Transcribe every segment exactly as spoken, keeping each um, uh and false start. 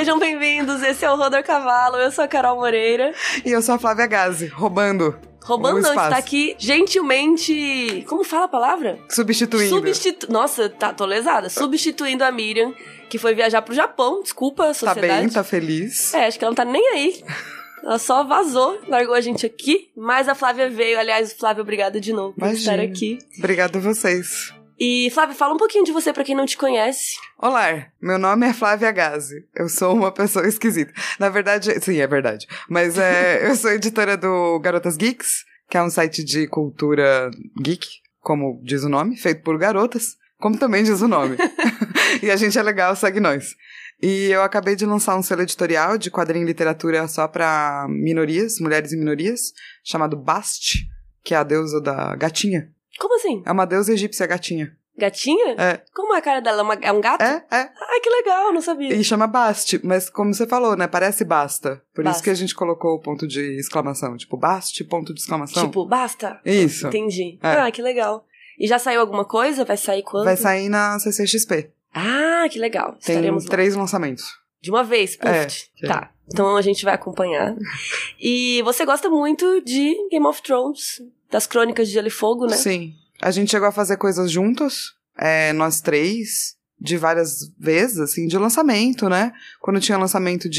Sejam bem-vindos, esse é o Rodor Cavalo, eu sou a Carol Moreira. E eu sou a Flávia Gazi, roubando Roubando não, está aqui gentilmente... Como fala a palavra? Substituindo. Substitu... Nossa, tá, tô lesada. Substituindo a Miriam, que foi viajar pro Japão, desculpa a sociedade. Tá bem, tá feliz. É, acho que ela não tá nem aí. Ela só vazou, largou a gente aqui, mas a Flávia veio. Aliás, Flávia, obrigada de novo por Imagina. estar aqui. Obrigada a vocês. E, Flávia, fala um pouquinho de você pra quem não te conhece. Olá, meu nome é Flávia Gazi. Eu sou uma pessoa esquisita. Na verdade, sim, é verdade. Mas é, eu sou editora do Garotas Geeks, que é um site de cultura geek, como diz o nome, feito por garotas, como também diz o nome. E a gente é legal, segue nós. E eu acabei de lançar um selo editorial de quadrinho e literatura só pra minorias, mulheres e minorias, chamado Bast, que é a deusa da gatinha. Como assim? É uma deusa egípcia gatinha. Gatinha? É. Como é a cara dela? É, uma, é um gato? É, é. Ai, que legal, não sabia. E chama Bast, mas como você falou, né, parece basta. Por Basta. isso que a gente colocou o ponto de exclamação. Tipo, Bast, ponto de exclamação. Tipo, basta? Isso. Entendi. É. Ah, que legal. E já saiu alguma coisa? Vai sair quando? Vai sair na C C X P. Ah, que legal. Tem Estaremos lá. três lançamentos. De uma vez, puf. É. Tá, então a gente vai acompanhar. E você gosta muito de Game of Thrones, das Crônicas de Gelo e Fogo, né? Sim. A gente chegou a fazer coisas juntos, é, nós três, de várias vezes, assim, de lançamento, né? Quando tinha lançamento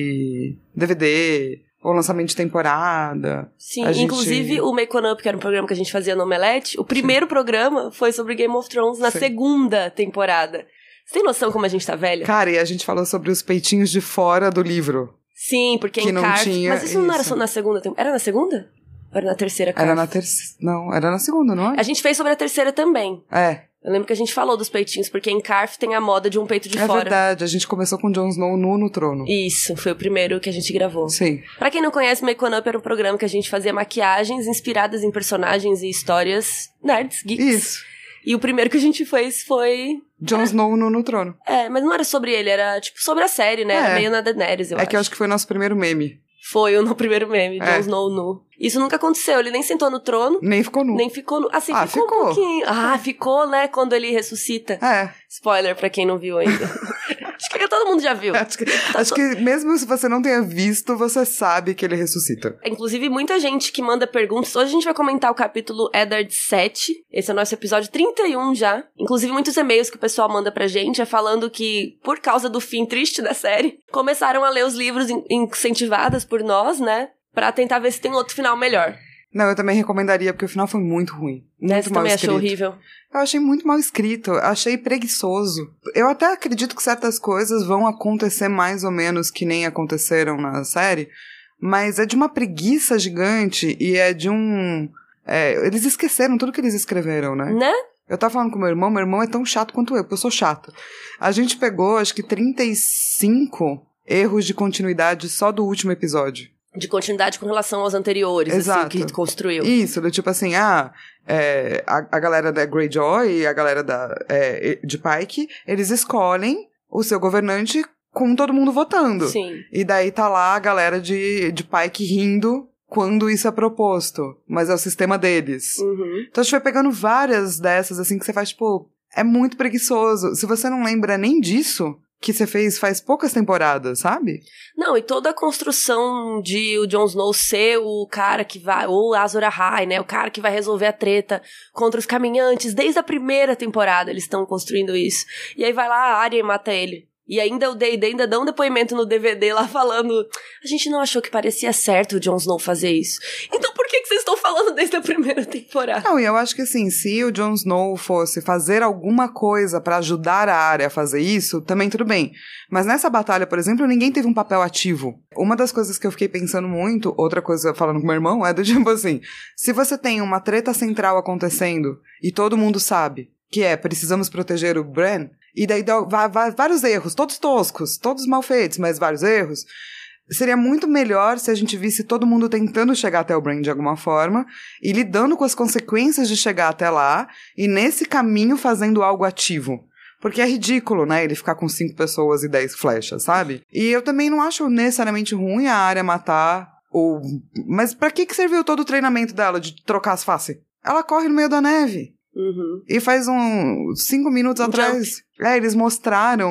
de D V D, ou lançamento de temporada. Sim, a inclusive gente... o Make On Up, que era um programa que a gente fazia no Omelete, o primeiro Sim. programa foi sobre Game of Thrones na Sim. segunda temporada. Você tem noção como a gente tá velha? Cara, e a gente falou sobre os peitinhos de fora do livro. Sim, porque que em não Carf... tinha Mas isso, isso não era isso. só na segunda temporada? Era na segunda? Ou era na terceira Carf? Era na terceira... Não, era na segunda, não é? A gente fez sobre a terceira também. É. Eu lembro que a gente falou dos peitinhos, porque em Carf tem a moda de um peito de é fora. É verdade, a gente começou com Jon Snow nu no trono. Isso, foi o primeiro que a gente gravou. Sim. Pra quem não conhece, Make On Up era um programa que a gente fazia maquiagens inspiradas em personagens e histórias nerds, geeks. Isso. E o primeiro que a gente fez foi... Jon Snow nu no trono. É, mas não era sobre ele, era tipo sobre a série, né? É. Era meio na Daenerys, eu é acho. que eu acho que foi nosso primeiro meme. Foi o no primeiro meme, Jon É. Snow nu. Isso nunca aconteceu, ele nem sentou no trono. Nem ficou nu. Nem ficou nu. Assim, Ah, ficou, ficou. um pouquinho. Ah, ficou, né? Quando ele ressuscita. É. Spoiler pra quem não viu ainda. Acho que todo mundo já viu. Acho que, Tá acho to... que mesmo se você não tenha visto, você sabe que ele ressuscita. Inclusive, muita gente que manda perguntas. Hoje a gente vai comentar o capítulo Eddard sete. Esse é o nosso episódio trinta e um já. Inclusive, muitos e-mails que o pessoal manda pra gente é falando que, por causa do fim triste da série, começaram a ler os livros incentivadas por nós, né? Pra tentar ver se tem outro final melhor. Não, eu também recomendaria, porque o final foi muito ruim. Muito Né? Você mal também escrito. achou horrível? Eu achei muito mal escrito, achei preguiçoso. Eu até acredito que certas coisas vão acontecer mais ou menos que nem aconteceram na série, mas é de uma preguiça gigante e é de um... É, eles esqueceram tudo que eles escreveram, né? Né? Eu tava falando com meu irmão, meu irmão é tão chato quanto eu, porque eu sou chata. A gente pegou, acho que trinta e cinco erros de continuidade só do último episódio. De continuidade com relação aos anteriores, Exato. assim, que construiu. Isso, do tipo assim, ah, é, a, a galera da Greyjoy e a galera da, é, de Pike, eles escolhem o seu governante com todo mundo votando. Sim. E daí tá lá a galera de, de Pike rindo quando isso é proposto, mas é o sistema deles. Uhum. Então a gente foi pegando várias dessas, assim, que você faz, tipo, é muito preguiçoso. Se você não lembra nem disso... que você fez faz poucas temporadas, sabe? Não, e toda a construção de o Jon Snow ser o cara que vai, ou Azor Ahai, né, o cara que vai resolver a treta contra os caminhantes, desde a primeira temporada eles estão construindo isso. E aí vai lá a Arya e mata ele. E ainda o D e D ainda dá um depoimento no D V D lá falando, a gente não achou que parecia certo o Jon Snow fazer isso. Então por que, que vocês estão falando desde a primeira temporada? Não, e eu acho que assim, se o Jon Snow fosse fazer alguma coisa pra ajudar a Arya a fazer isso, também tudo bem. Mas nessa batalha, por exemplo, ninguém teve um papel ativo. Uma das coisas que eu fiquei pensando muito, outra coisa falando com meu irmão, é do tipo assim, se você tem uma treta central acontecendo e todo mundo sabe que é, precisamos proteger o Bran, e daí dá, vai, vai, vários erros, todos toscos, todos mal feitos, mas vários erros, seria muito melhor se a gente visse todo mundo tentando chegar até o Bran de alguma forma, e lidando com as consequências de chegar até lá, e nesse caminho fazendo algo ativo. Porque é ridículo, né, ele ficar com cinco pessoas e dez flechas, sabe? E eu também não acho necessariamente ruim a Arya matar, ou... mas pra que que serviu todo o treinamento dela de trocar as faces? Ela corre no meio da neve. Uhum. E faz um cinco minutos Um atrás, é, eles mostraram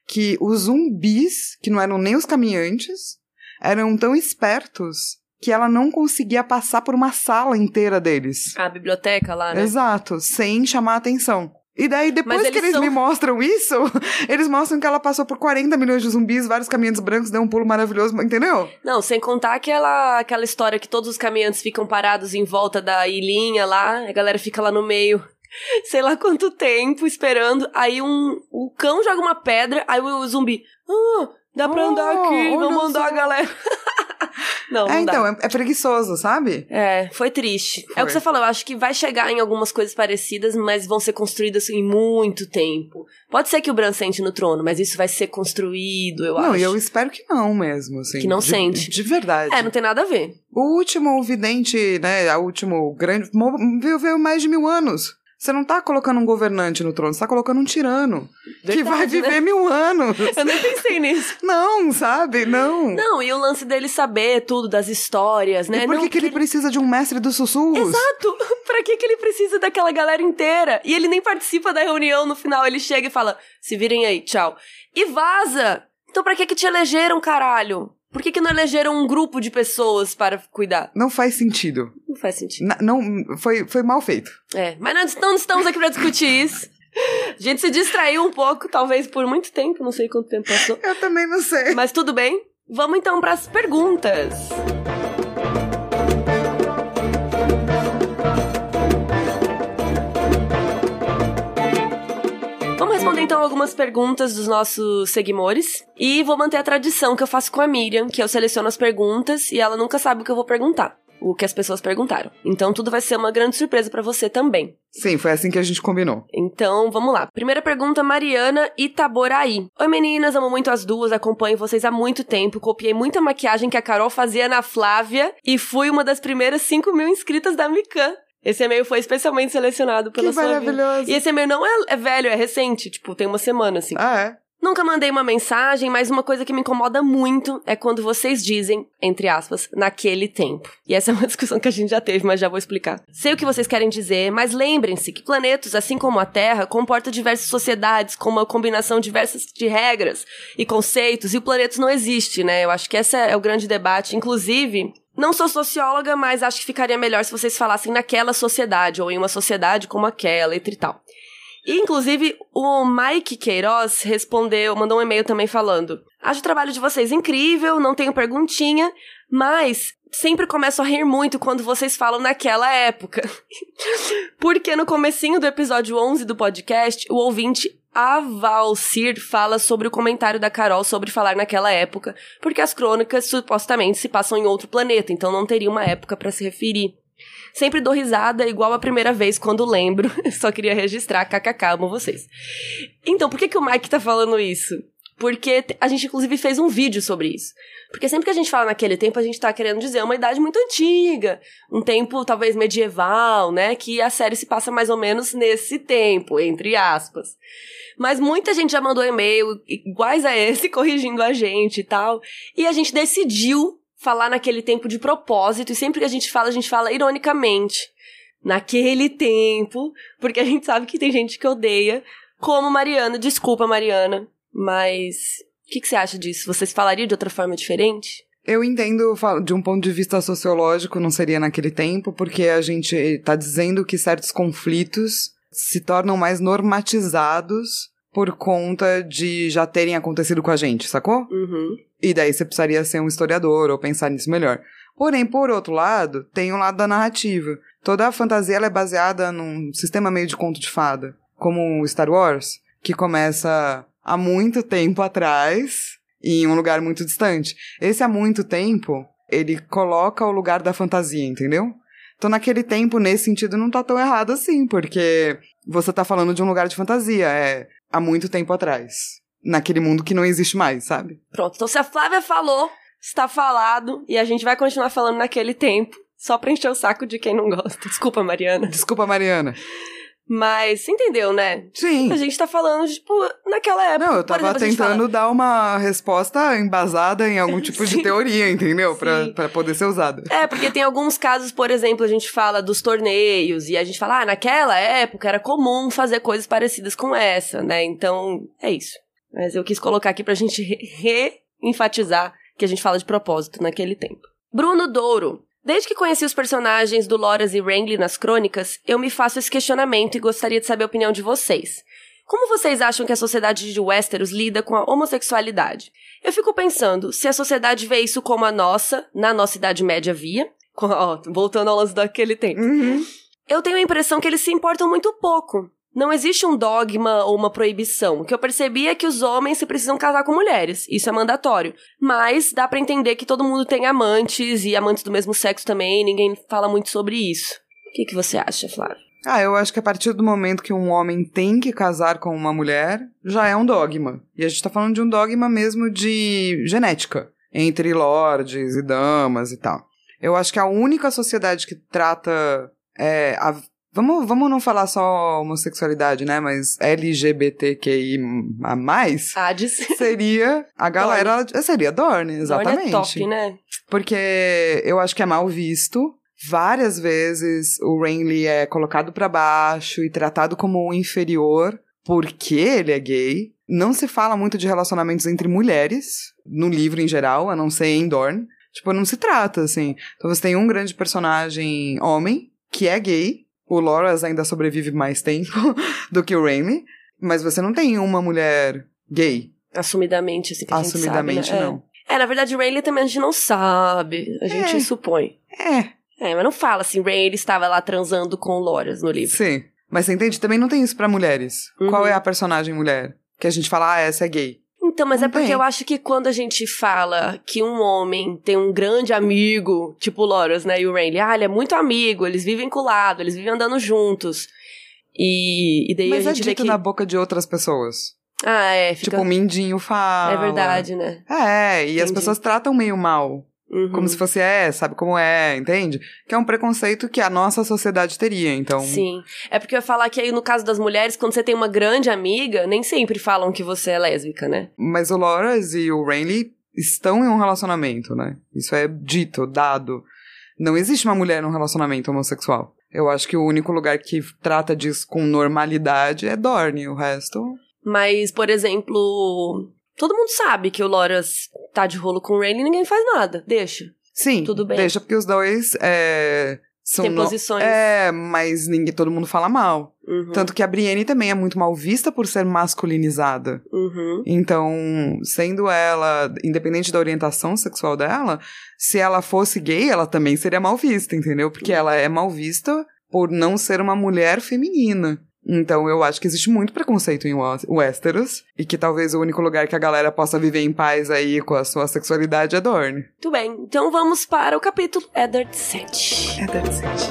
que os zumbis, que não eram nem os caminhantes, eram tão espertos que ela não conseguia passar por uma sala inteira deles. A biblioteca lá, né? Exato, sem chamar a atenção. E daí, depois Mas que eles eles são... me mostram isso, eles mostram que ela passou por quarenta milhões de zumbis, vários caminhantes brancos, deu um pulo maravilhoso, entendeu? Não, sem contar aquela, aquela história que todos os caminhantes ficam parados em volta da ilhinha lá, a galera fica lá no meio, sei lá quanto tempo, esperando, aí um, o cão joga uma pedra, aí o zumbi, ah, dá pra Oh, andar aqui, vamos andar, só. galera. Não, não É, então, dá. é, é preguiçoso, sabe? É, foi triste. Foi. É o que você falou, eu acho que vai chegar em algumas coisas parecidas, mas vão ser construídas em muito tempo. Pode ser que o Bran sente no trono, mas isso vai ser construído, eu não, acho. e eu espero que não mesmo, assim. Que não de, sente. De verdade. É, não tem nada a ver. O último vidente, né, o último grande, viveu mais de mil anos. Você não tá colocando um governante no trono, você tá colocando um tirano. Verdade, que vai viver né? mil anos. Eu nem pensei nisso. Não, sabe? Não. Não, e o lance dele saber tudo das histórias, né? E por não, que, que ele precisa de um mestre dos sussurros? Exato! Pra que que ele precisa daquela galera inteira? E ele nem participa da reunião no final, ele chega e fala, se virem aí, tchau. E vaza! Então pra que que te elegeram, caralho? Por que que não elegeram um grupo de pessoas para cuidar? Não faz sentido. Não faz sentido. Na- não, foi, foi mal feito. É, mas nós não estamos aqui pra discutir isso. A gente se distraiu um pouco, talvez por muito tempo, não sei quanto tempo passou. Eu também não sei. Mas tudo bem. Vamos então pras perguntas. Vamos responder então algumas perguntas dos nossos seguidores. E vou manter a tradição que eu faço com a Miriam, que eu seleciono as perguntas e ela nunca sabe o que eu vou perguntar. O que as pessoas perguntaram. Então tudo vai ser uma grande surpresa pra você também. Sim, foi assim que a gente combinou. Então, vamos lá. Primeira pergunta, Mariana Itaboraí. Oi, meninas, amo muito as duas, acompanho vocês há muito tempo, copiei muita maquiagem que a Carol fazia na Flávia e fui uma das primeiras cinco mil inscritas da Mikan. Esse e-mail foi especialmente selecionado pela Que sua vida. maravilhoso. E esse e-mail não é, é velho, é recente, tipo, tem uma semana, assim. Ah, é? Nunca mandei uma mensagem, mas uma coisa que me incomoda muito é quando vocês dizem, entre aspas, naquele tempo. E essa é uma discussão que a gente já teve, mas já vou explicar. Sei o que vocês querem dizer, mas lembrem-se que planetas, assim como a Terra, comportam diversas sociedades com uma combinação diversas de regras e conceitos, e o planeta não existe, né? Eu acho que esse é o grande debate. Inclusive, não sou socióloga, mas acho que ficaria melhor se vocês falassem naquela sociedade, ou em uma sociedade como aquela, e tal. E, inclusive, o Mike Queiroz respondeu, mandou um e-mail também falando: acho o trabalho de vocês incrível, não tenho perguntinha, mas sempre começo a rir muito quando vocês falam naquela época. Porque no comecinho do episódio onze do podcast, o ouvinte Avalcir fala sobre o comentário da Carol sobre falar naquela época, porque as crônicas supostamente se passam em outro planeta, então não teria uma época pra se referir. Sempre dou risada igual a primeira vez quando lembro. Só queria registrar, kkk, amo vocês. Então, por que que o Mike tá falando isso? Porque a gente, inclusive, fez um vídeo sobre isso. Porque sempre que a gente fala naquele tempo, a gente tá querendo dizer uma idade muito antiga. Um tempo, talvez, medieval, né? Que a série se passa mais ou menos nesse tempo, entre aspas. Mas muita gente já mandou e-mail iguais a esse, corrigindo a gente e tal. E a gente decidiu falar naquele tempo de propósito, e sempre que a gente fala, a gente fala ironicamente. Naquele tempo, porque a gente sabe que tem gente que odeia, como Mariana. Desculpa, Mariana, mas o que, que você acha disso? Vocês falariam de outra forma diferente? Eu entendo, de um ponto de vista sociológico, não seria naquele tempo, porque a gente tá dizendo que certos conflitos se tornam mais normatizados por conta de já terem acontecido com a gente, sacou? Uhum. E daí você precisaria ser um historiador ou pensar nisso melhor. Porém, por outro lado, tem um lado da narrativa. Toda a fantasia ela é baseada num sistema meio de conto de fada, como o Star Wars, que começa há muito tempo atrás, em um lugar muito distante. Esse há muito tempo, ele coloca o lugar da fantasia, entendeu? Então, naquele tempo, nesse sentido, não tá tão errado assim, porque você tá falando de um lugar de fantasia, é há muito tempo atrás. Naquele mundo que não existe mais, sabe? Pronto, então se a Flávia falou, está falado, e a gente vai continuar falando naquele tempo, só pra encher o saco de quem não gosta. Desculpa, Mariana. Desculpa, Mariana. Mas, você entendeu, né? Sim. A gente tá falando, tipo, naquela época. Não, eu tava Por exemplo, tentando fala... dar uma resposta embasada em algum tipo de teoria, entendeu? Pra, pra poder ser usada. É, porque tem alguns casos, por exemplo, a gente fala dos torneios, e a gente fala, ah, naquela época era comum fazer coisas parecidas com essa, né? Então, é isso. Mas eu quis colocar aqui pra gente re-enfatizar que a gente fala de propósito naquele tempo. Bruno Douro. Desde que conheci os personagens do Loras e Renly nas crônicas, eu me faço esse questionamento e gostaria de saber a opinião de vocês. Como vocês acham que a sociedade de Westeros lida com a homossexualidade? Eu fico pensando se a sociedade vê isso como a nossa, na nossa Idade Média via. Ó, voltando ao lance daquele tempo. Uhum. Eu tenho a impressão que eles se importam muito pouco. Não existe um dogma ou uma proibição. O que eu percebi é que os homens se precisam casar com mulheres. Isso é mandatório. Mas dá pra entender que todo mundo tem amantes e amantes do mesmo sexo também. Ninguém fala muito sobre isso. O que, que você acha, Flávia? Ah, eu acho que a partir do momento que um homem tem que casar com uma mulher, já é um dogma. E a gente tá falando de um dogma mesmo de genética. Entre lordes e damas e tal. Eu acho que a única sociedade que trata... É, a, vamos, vamos não falar só homossexualidade, né? Mas L G B T Q I a mais, Hades. seria a galera... Dorne. Seria Dorne, exatamente. Dorne é top, né? Porque eu acho que é mal visto. Várias vezes o Renly é colocado pra baixo e tratado como um inferior porque ele é gay. Não se fala muito de relacionamentos entre mulheres, no livro em geral, a não ser em Dorne. Tipo, não se trata, assim. Então você tem um grande personagem homem, que é gay. O Loras ainda sobrevive mais tempo do que o Renly. Mas você não tem uma mulher gay. Assumidamente, assim, que a gente Assumidamente, sabe, né? não. É. é, na verdade, o Renly também a gente não sabe. A gente É. supõe. É. É, mas não fala assim, Renly estava lá transando com o Loras no livro. Sim. Mas você entende? Também não tem isso pra mulheres. Uhum. Qual é a personagem mulher? Que a gente fala, ah, essa é gay. Então, mas Não é porque tem. eu acho que quando a gente fala que um homem tem um grande amigo, tipo o Loras, né, e o Renly, ah, ele é muito amigo, eles vivem colado, eles vivem andando juntos. E, e daí Mas a é gente vê dito que... na boca de outras pessoas. Ah, é, fica... Tipo, o Mindinho fala. É verdade, né? É, e as Entendi. pessoas tratam meio mal. Uhum. Como se fosse, é, sabe como é, entende? Que é um preconceito que a nossa sociedade teria, então... Sim. É porque eu ia falar que aí no caso das mulheres, quando você tem uma grande amiga, nem sempre falam que você é lésbica, né? Mas o Loras e o Renly estão em um relacionamento, né? Isso é dito, dado. Não existe uma mulher num relacionamento homossexual. Eu acho que o único lugar que trata disso com normalidade é Dorne, o resto... Mas, por exemplo... Todo mundo sabe que o Loras tá de rolo com o Renly e ninguém faz nada. Deixa. Sim, Tudo bem. deixa porque os dois é, são... Tem no... posições. É, mas ninguém, todo mundo fala mal. Uhum. Tanto que a Brienne também é muito mal vista por ser masculinizada. Uhum. Então, sendo ela, independente da orientação sexual dela, se ela fosse gay, ela também seria mal vista, entendeu? Porque ela é mal vista por não ser uma mulher feminina. Então eu acho que existe muito preconceito em Westeros e que talvez o único lugar que a galera possa viver em paz aí com a sua sexualidade é Dorne. Muito bem, então vamos para o capítulo Eddard sete. Eddard sete.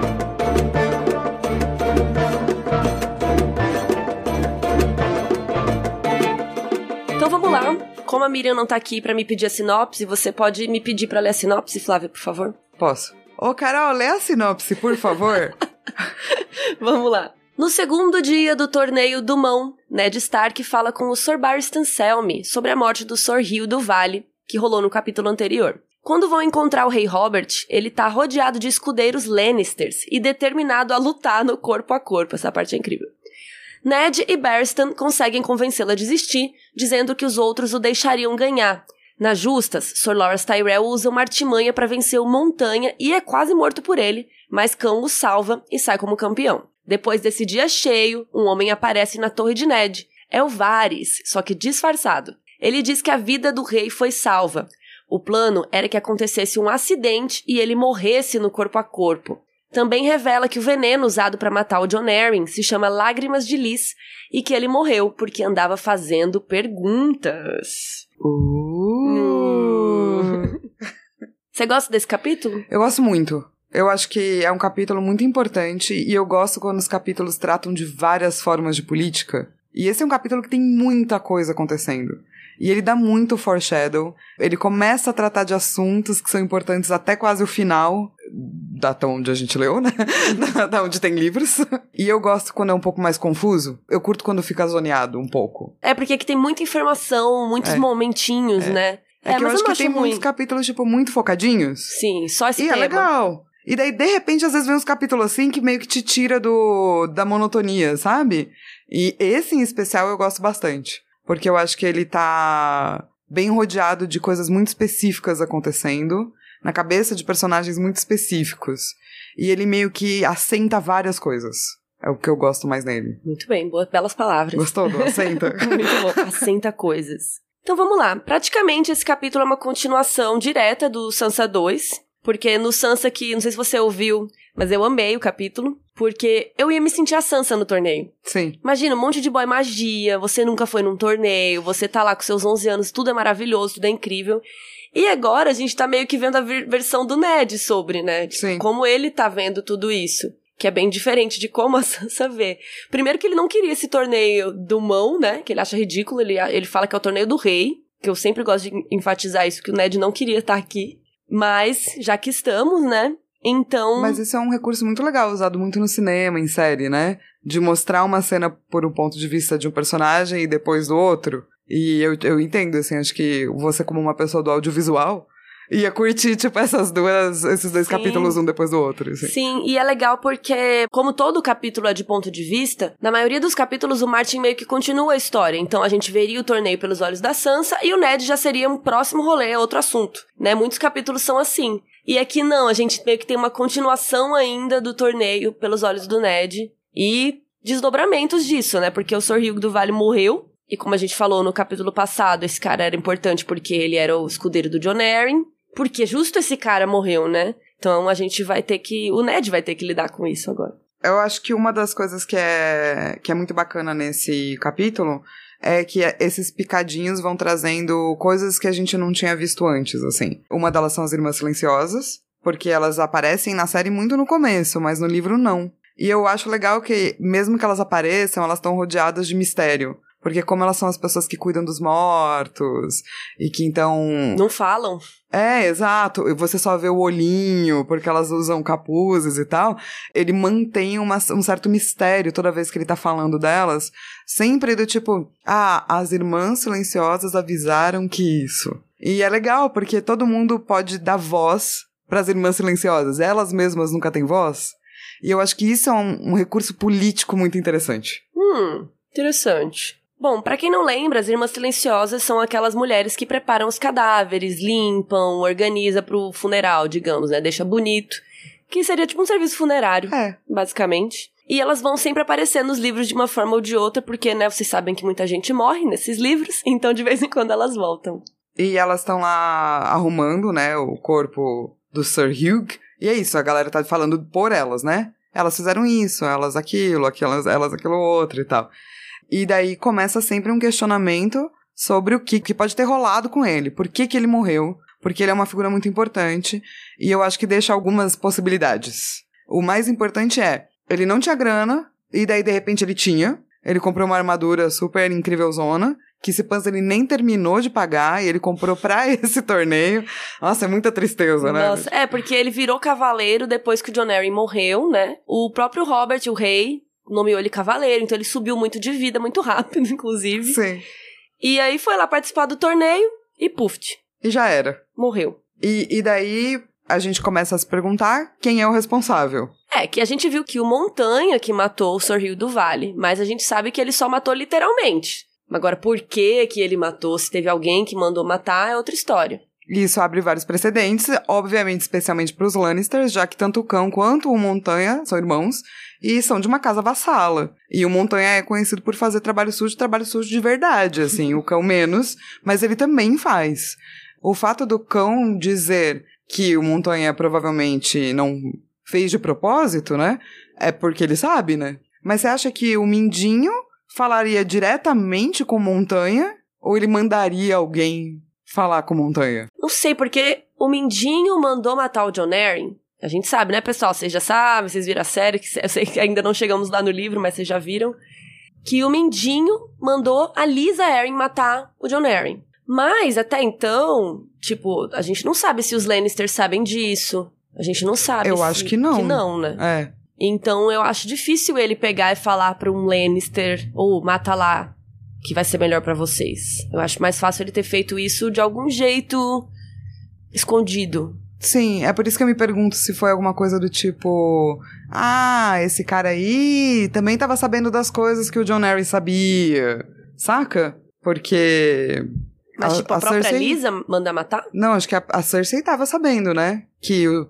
Então vamos lá. Como a Miriam não tá aqui pra me pedir a sinopse, você pode me pedir pra ler a sinopse, Flávia, por favor? Posso. Ô, Carol, lê a sinopse, por favor. Vamos lá. No segundo dia do torneio do Mão, Ned Stark fala com o Sir Barristan Selmy sobre a morte do Sir Rio do Vale, que rolou no capítulo anterior. Quando vão encontrar o rei Robert, ele tá rodeado de escudeiros Lannisters e determinado a lutar no corpo a corpo. Essa parte é incrível. Ned e Barristan conseguem convencê-lo a desistir, dizendo que os outros o deixariam ganhar. Nas justas, Sir Loras Tyrell usa uma artimanha para vencer o Montanha e é quase morto por ele, mas Cão o salva e sai como campeão. Depois desse dia cheio, um homem aparece na torre de Ned. É o Varys, só que disfarçado. Ele diz que a vida do rei foi salva. O plano era que acontecesse um acidente e ele morresse no corpo a corpo. Também revela que o veneno usado para matar o Jon Arryn se chama Lágrimas de Lys e que ele morreu porque andava fazendo perguntas. Uh. Você gosta desse capítulo? Eu gosto muito. Eu acho que é um capítulo muito importante e eu gosto quando os capítulos tratam de várias formas de política. E esse é um capítulo que tem muita coisa acontecendo. E ele dá muito foreshadow. Ele começa a tratar de assuntos que são importantes até quase o final, da onde a gente leu, né? Da onde tem livros. E eu gosto quando é um pouco mais confuso. Eu curto quando fica zoneado um pouco. É, porque aqui tem muita informação, muitos é. momentinhos, é. né? É, é que eu acho que tem ruim. muitos capítulos, tipo, muito focadinhos. Sim, só esse e tema. E é legal. E daí, de repente, às vezes vem uns capítulos assim que meio que te tira do, da monotonia, sabe? E esse, em especial, eu gosto bastante. porque eu acho que ele tá bem rodeado de coisas muito específicas acontecendo, na cabeça de personagens muito específicos. E ele meio que assenta várias coisas. É o que eu gosto mais nele. Muito bem, boas, belas palavras. Gostou do assenta? Muito bom, assenta coisas. Então vamos lá, praticamente esse capítulo é uma continuação direta do Sansa dois, porque no Sansa que, não sei se você ouviu, mas eu amei o capítulo, porque eu ia me sentir a Sansa no torneio. Sim. Imagina, um monte de boy magia, você nunca foi num torneio, você tá lá com seus onze anos, tudo é maravilhoso, tudo é incrível. E agora a gente tá meio que vendo a ver- versão do Ned sobre, né? Tipo, Sim. como ele tá vendo tudo isso. Que é bem diferente de como a Sansa vê. Primeiro que ele não queria esse torneio do mão, né? Que ele acha ridículo. Ele, ele fala que é o torneio do rei. Que eu sempre gosto de enfatizar isso, que o Ned não queria estar aqui. Mas, já que estamos, né? Então... Mas isso é um recurso muito legal, usado muito no cinema, em série, né? De mostrar uma cena por um ponto de vista de um personagem e depois do outro. E eu, eu entendo, assim, acho que você como uma pessoa do audiovisual ia curtir, tipo, essas duas, esses dois Sim. capítulos um depois do outro, assim. Sim, e é legal porque, como todo capítulo é de ponto de vista, na maioria dos capítulos o Martin meio que continua a história. Então a gente veria o torneio pelos olhos da Sansa e o Ned já seria um próximo rolê, outro assunto, né? Muitos capítulos são assim. E aqui não, a gente meio que tem uma continuação ainda do torneio pelos olhos do Ned e desdobramentos disso, né? Porque o Sir Hugh do Vale morreu. E como a gente falou no capítulo passado, esse cara era importante porque ele era o escudeiro do Jon Arryn. Porque justo esse cara morreu, né? Então a gente vai ter que... O Ned vai ter que lidar com isso agora. Eu acho que uma das coisas que é, que é muito bacana nesse capítulo é que esses picadinhos vão trazendo coisas que a gente não tinha visto antes, assim. Uma delas são as Irmãs Silenciosas, porque elas aparecem na série muito no começo, mas no livro não. E eu acho legal que, mesmo que elas apareçam, elas estão rodeadas de mistério. Porque como elas são as pessoas que cuidam dos mortos, e que então... Não falam. É, exato. E você só vê o olhinho, porque elas usam capuzes e tal. Ele mantém uma, um certo mistério toda vez que ele tá falando delas. Sempre do tipo, ah, as Irmãs Silenciosas avisaram que isso. E é legal, porque todo mundo pode dar voz pras Irmãs Silenciosas. Elas mesmas nunca têm voz. E eu acho que isso é um, um recurso político muito interessante. Hum, interessante. Bom, pra quem não lembra, as Irmãs Silenciosas são aquelas mulheres que preparam os cadáveres, limpam, organizam pro funeral, digamos, né? Deixa bonito. Que seria tipo um serviço funerário, É. basicamente. E elas vão sempre aparecer nos livros de uma forma ou de outra, porque, né, vocês sabem que muita gente morre nesses livros, então de vez em quando elas voltam. E elas estão lá arrumando, né, o corpo do Sir Hugh. E é isso, a galera tá falando por elas, né? Elas fizeram isso, elas aquilo, aquelas, elas aquilo outro e tal. E daí começa sempre um questionamento sobre o que, que pode ter rolado com ele. Por que que ele morreu? Porque ele é uma figura muito importante. E eu acho que deixa algumas possibilidades. O mais importante é, ele não tinha grana, e daí de repente ele tinha. Ele comprou uma armadura super incrívelzona, que se passa ele nem terminou de pagar, e ele comprou pra esse torneio. Nossa, é muita tristeza, né? Nossa, é, porque ele virou cavaleiro depois que o Jon Arryn morreu, né? O próprio Robert, o rei, nomeou ele cavaleiro, então ele subiu muito de vida, muito rápido, inclusive. Sim. E aí foi lá participar do torneio e puf, E já era. morreu. E, e daí a gente começa a se perguntar quem é o responsável. É, que a gente viu que o Montanha que matou o Sir Hugh do Vale, mas a gente sabe que ele só matou literalmente. Agora, por que que ele matou, se teve alguém que mandou matar, é outra história. Isso abre vários precedentes, obviamente, especialmente para os Lannisters, já que tanto o Cão quanto o Montanha são irmãos e são de uma casa vassala. E o Montanha é conhecido por fazer trabalho sujo, trabalho sujo de verdade, assim, o Cão menos, mas ele também faz. O fato do Cão dizer que o Montanha provavelmente não fez de propósito, né, é porque ele sabe, né? Mas você acha que o Mindinho falaria diretamente com o Montanha ou ele mandaria alguém falar com Montanha? Não sei, porque o Mindinho mandou matar o Jon Arryn. A gente sabe, né, pessoal? Vocês já sabem, vocês viram a série, que eu sei que ainda não chegamos lá no livro, mas vocês já viram. Que o Mindinho mandou a Lysa Arryn matar o Jon Arryn. Mas, até então, tipo, a gente não sabe se os Lannisters sabem disso. A gente não sabe. Eu se... acho que não. Que não, né? É. Então, eu acho difícil ele pegar e falar pra um Lannister, ou oh, mata lá, que vai ser melhor pra vocês. Eu acho mais fácil ele ter feito isso de algum jeito escondido. Sim, é por isso que eu me pergunto se foi alguma coisa do tipo... Ah, esse cara aí também tava sabendo das coisas que o Jon Arryn sabia. Saca? Porque... Mas, a, tipo, a, a própria Cersei... Lisa manda matar? Não, acho que a, a Cersei tava sabendo, né? Que o,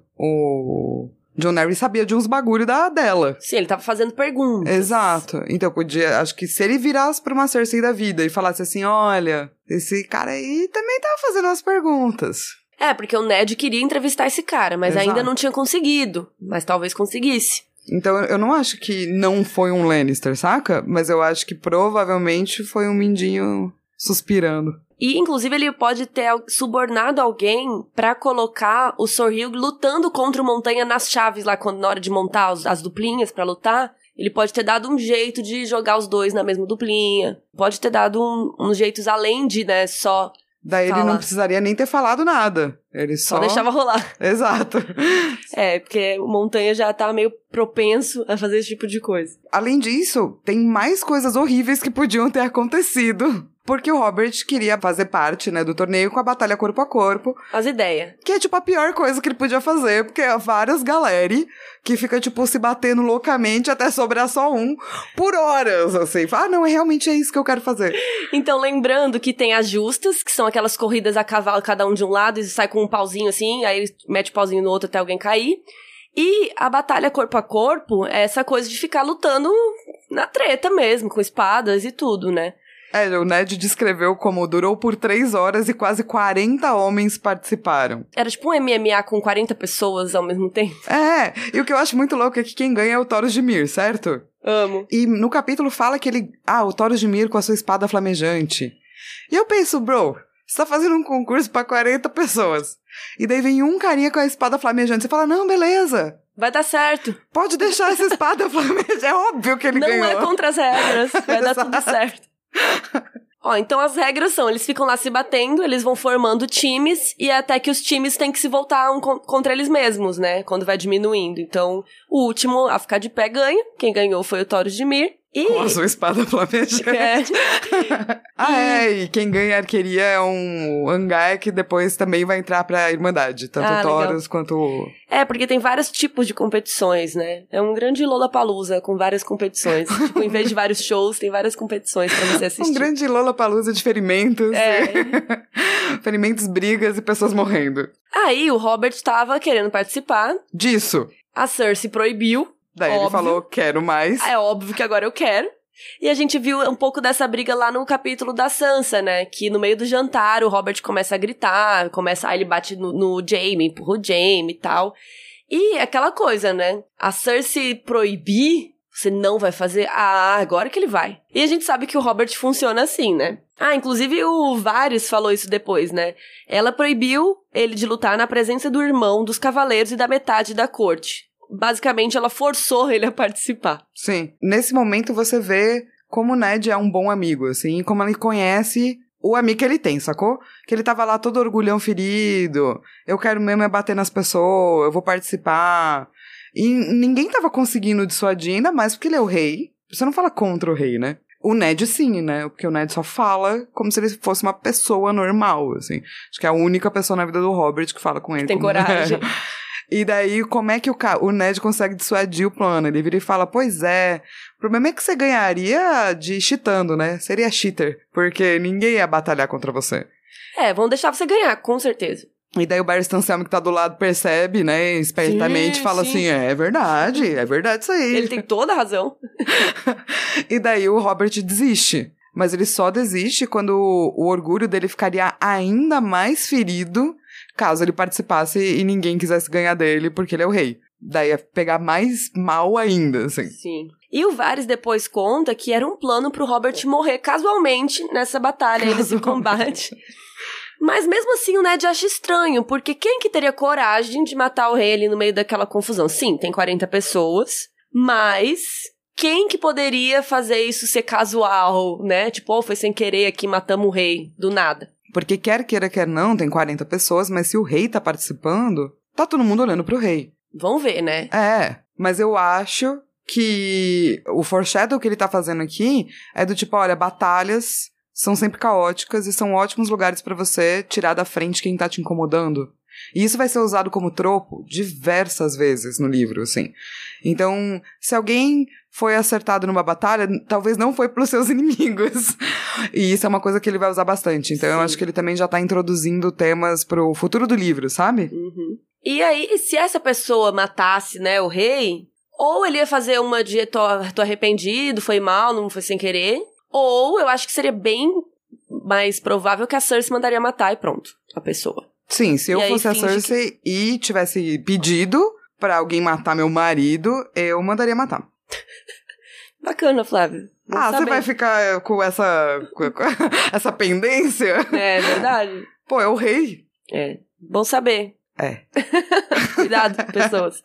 o Jon Arryn sabia de uns bagulho da, dela. Sim, ele tava fazendo perguntas. Exato. Então, podia... Acho que se ele virasse pra uma Cersei da vida e falasse assim, olha, esse cara aí também tava fazendo umas perguntas. É, porque o Ned queria entrevistar esse cara, mas Exato. Ainda não tinha conseguido. Mas talvez conseguisse. Então, eu não acho que não foi um Lannister, saca? Mas eu acho que provavelmente foi um Mindinho suspirando. E, inclusive, ele pode ter subornado alguém pra colocar o Sir Hugh lutando contra o Montanha nas chaves lá, quando, na hora de montar as, as duplinhas pra lutar. Ele pode ter dado um jeito de jogar os dois na mesma duplinha. Pode ter dado um, uns jeitos além de, né, só... Daí falar. Ele não precisaria nem ter falado nada. Ele só... Só deixava rolar. Exato. É, porque o Montanha já tá meio propenso a fazer esse tipo de coisa. Além disso, tem mais coisas horríveis que podiam ter acontecido. Porque o Robert queria fazer parte, né, do torneio com a batalha corpo a corpo. As ideias. Que é, tipo, a pior coisa que ele podia fazer, porque é várias galera que fica, tipo, se batendo loucamente até sobrar só um por horas, assim. Ah, não, é realmente é isso que eu quero fazer. Então, lembrando que tem as justas, que são aquelas corridas a cavalo, cada um de um lado, e sai com um pauzinho assim, aí ele mete o pauzinho no outro até alguém cair. E a batalha corpo a corpo é essa coisa de ficar lutando na treta mesmo, com espadas e tudo, né? É, o Ned descreveu como durou por três horas e quase quarenta homens participaram. Era tipo um M M A com quarenta pessoas ao mesmo tempo. É, e o que eu acho muito louco é que quem ganha é o Thoros de Myr, certo? Amo. E no capítulo fala que ele... Ah, o Thoros de Myr com a sua espada flamejante. E eu penso, bro, você tá fazendo um concurso pra quarenta pessoas. E daí vem um carinha com a espada flamejante. Você fala, não, beleza. Vai dar certo. Pode deixar essa espada flamejante. É óbvio que ele não ganhou. Não é contra as regras. Vai dar tudo certo. Ó, então as regras são, eles ficam lá se batendo, eles vão formando times, e até que os times têm que se voltar um contra eles mesmos, né, quando vai diminuindo. Então, o último a ficar de pé ganha, quem ganhou foi o Thoros de Myr. E... Com a sua espada flamejante. É. ah, é, e quem ganha a arqueria é um Angae que depois também vai entrar pra Irmandade, tanto ah, o Thoros quanto o... É, porque tem vários tipos de competições, né? É um grande Lollapalooza com várias competições. Tipo, em vez de vários shows, tem várias competições pra você assistir. Um grande Lollapalooza de ferimentos. É. Ferimentos, brigas e pessoas morrendo. Aí o Robert tava querendo participar. Disso. A Cersei proibiu. Daí óbvio. Ele falou, quero mais. É óbvio que agora eu quero. E a gente viu um pouco dessa briga lá no capítulo da Sansa, né? Que no meio do jantar o Robert começa a gritar, começa, aí ele bate no, no Jaime, empurra o Jaime e tal. E aquela coisa, né? A Cersei proibir, você não vai fazer, ah, agora que ele vai. E a gente sabe que o Robert funciona assim, né? Ah, inclusive o Varys falou isso depois, né? Ela proibiu ele de lutar na presença do irmão, dos cavaleiros e da metade da corte. Basicamente, ela forçou ele a participar. Sim. Nesse momento, você vê como o Ned é um bom amigo, assim, como ele conhece o amigo que ele tem, sacou? Que ele tava lá todo orgulhão ferido, eu quero mesmo é bater nas pessoas, eu vou participar. E ninguém tava conseguindo dissuadir, ainda mais porque ele é o rei. Você não fala contra o rei, né? O Ned sim, né? Porque o Ned só fala como se ele fosse uma pessoa normal, assim. Acho que é a única pessoa na vida do Robert que fala com ele. Tem coragem. E daí, como é que o, ca... o Ned consegue dissuadir o plano? Ele vira e fala, pois é, o problema é que você ganharia de cheatando, né? Seria cheater, porque ninguém ia batalhar contra você. É, vão deixar você ganhar, com certeza. E daí o Barristan Selmy que tá do lado percebe, né, espertamente, sim, fala sim. assim, é, é verdade, é verdade isso aí. Ele tem toda a razão. E daí o Robert desiste. Mas ele só desiste quando o, o orgulho dele ficaria ainda mais ferido caso ele participasse e ninguém quisesse ganhar dele, porque ele é o rei. Daí ia pegar mais mal ainda, assim. Sim. E o Varys depois conta que era um plano pro Robert morrer casualmente nessa batalha, nesse combate. Mas mesmo assim o Ned acha estranho, porque quem que teria coragem de matar o rei ali no meio daquela confusão? Sim, tem quarenta pessoas, mas quem que poderia fazer isso ser casual, né? Tipo, oh, foi sem querer aqui, matamos o rei, do nada. Porque quer queira, quer não, tem quarenta pessoas, mas se o rei tá participando, tá todo mundo olhando pro rei. Vão ver, né? É, mas eu acho que o foreshadow que ele tá fazendo aqui é do tipo, olha, batalhas são sempre caóticas e são ótimos lugares pra você tirar da frente quem tá te incomodando. E isso vai ser usado como tropo diversas vezes no livro, assim. Então, se alguém foi acertado numa batalha, talvez não foi pelos seus inimigos. E isso é uma coisa que ele vai usar bastante. Então, Sim. eu acho que ele também já tá introduzindo temas pro futuro do livro, sabe? Uhum. E aí, se essa pessoa matasse, né, o rei, ou ele ia fazer uma de tô, tô arrependido, foi mal, não foi sem querer, ou eu acho que seria bem mais provável que a Cersei mandaria matar e pronto, a pessoa. Sim, se eu e fosse a Cersei que... e tivesse pedido pra alguém matar meu marido, eu mandaria matar. Bacana, Flávio. Bom ah, saber. Você vai ficar com essa, com essa pendência? É verdade. Pô, é o rei. É, bom saber. É. Cuidado, pessoas.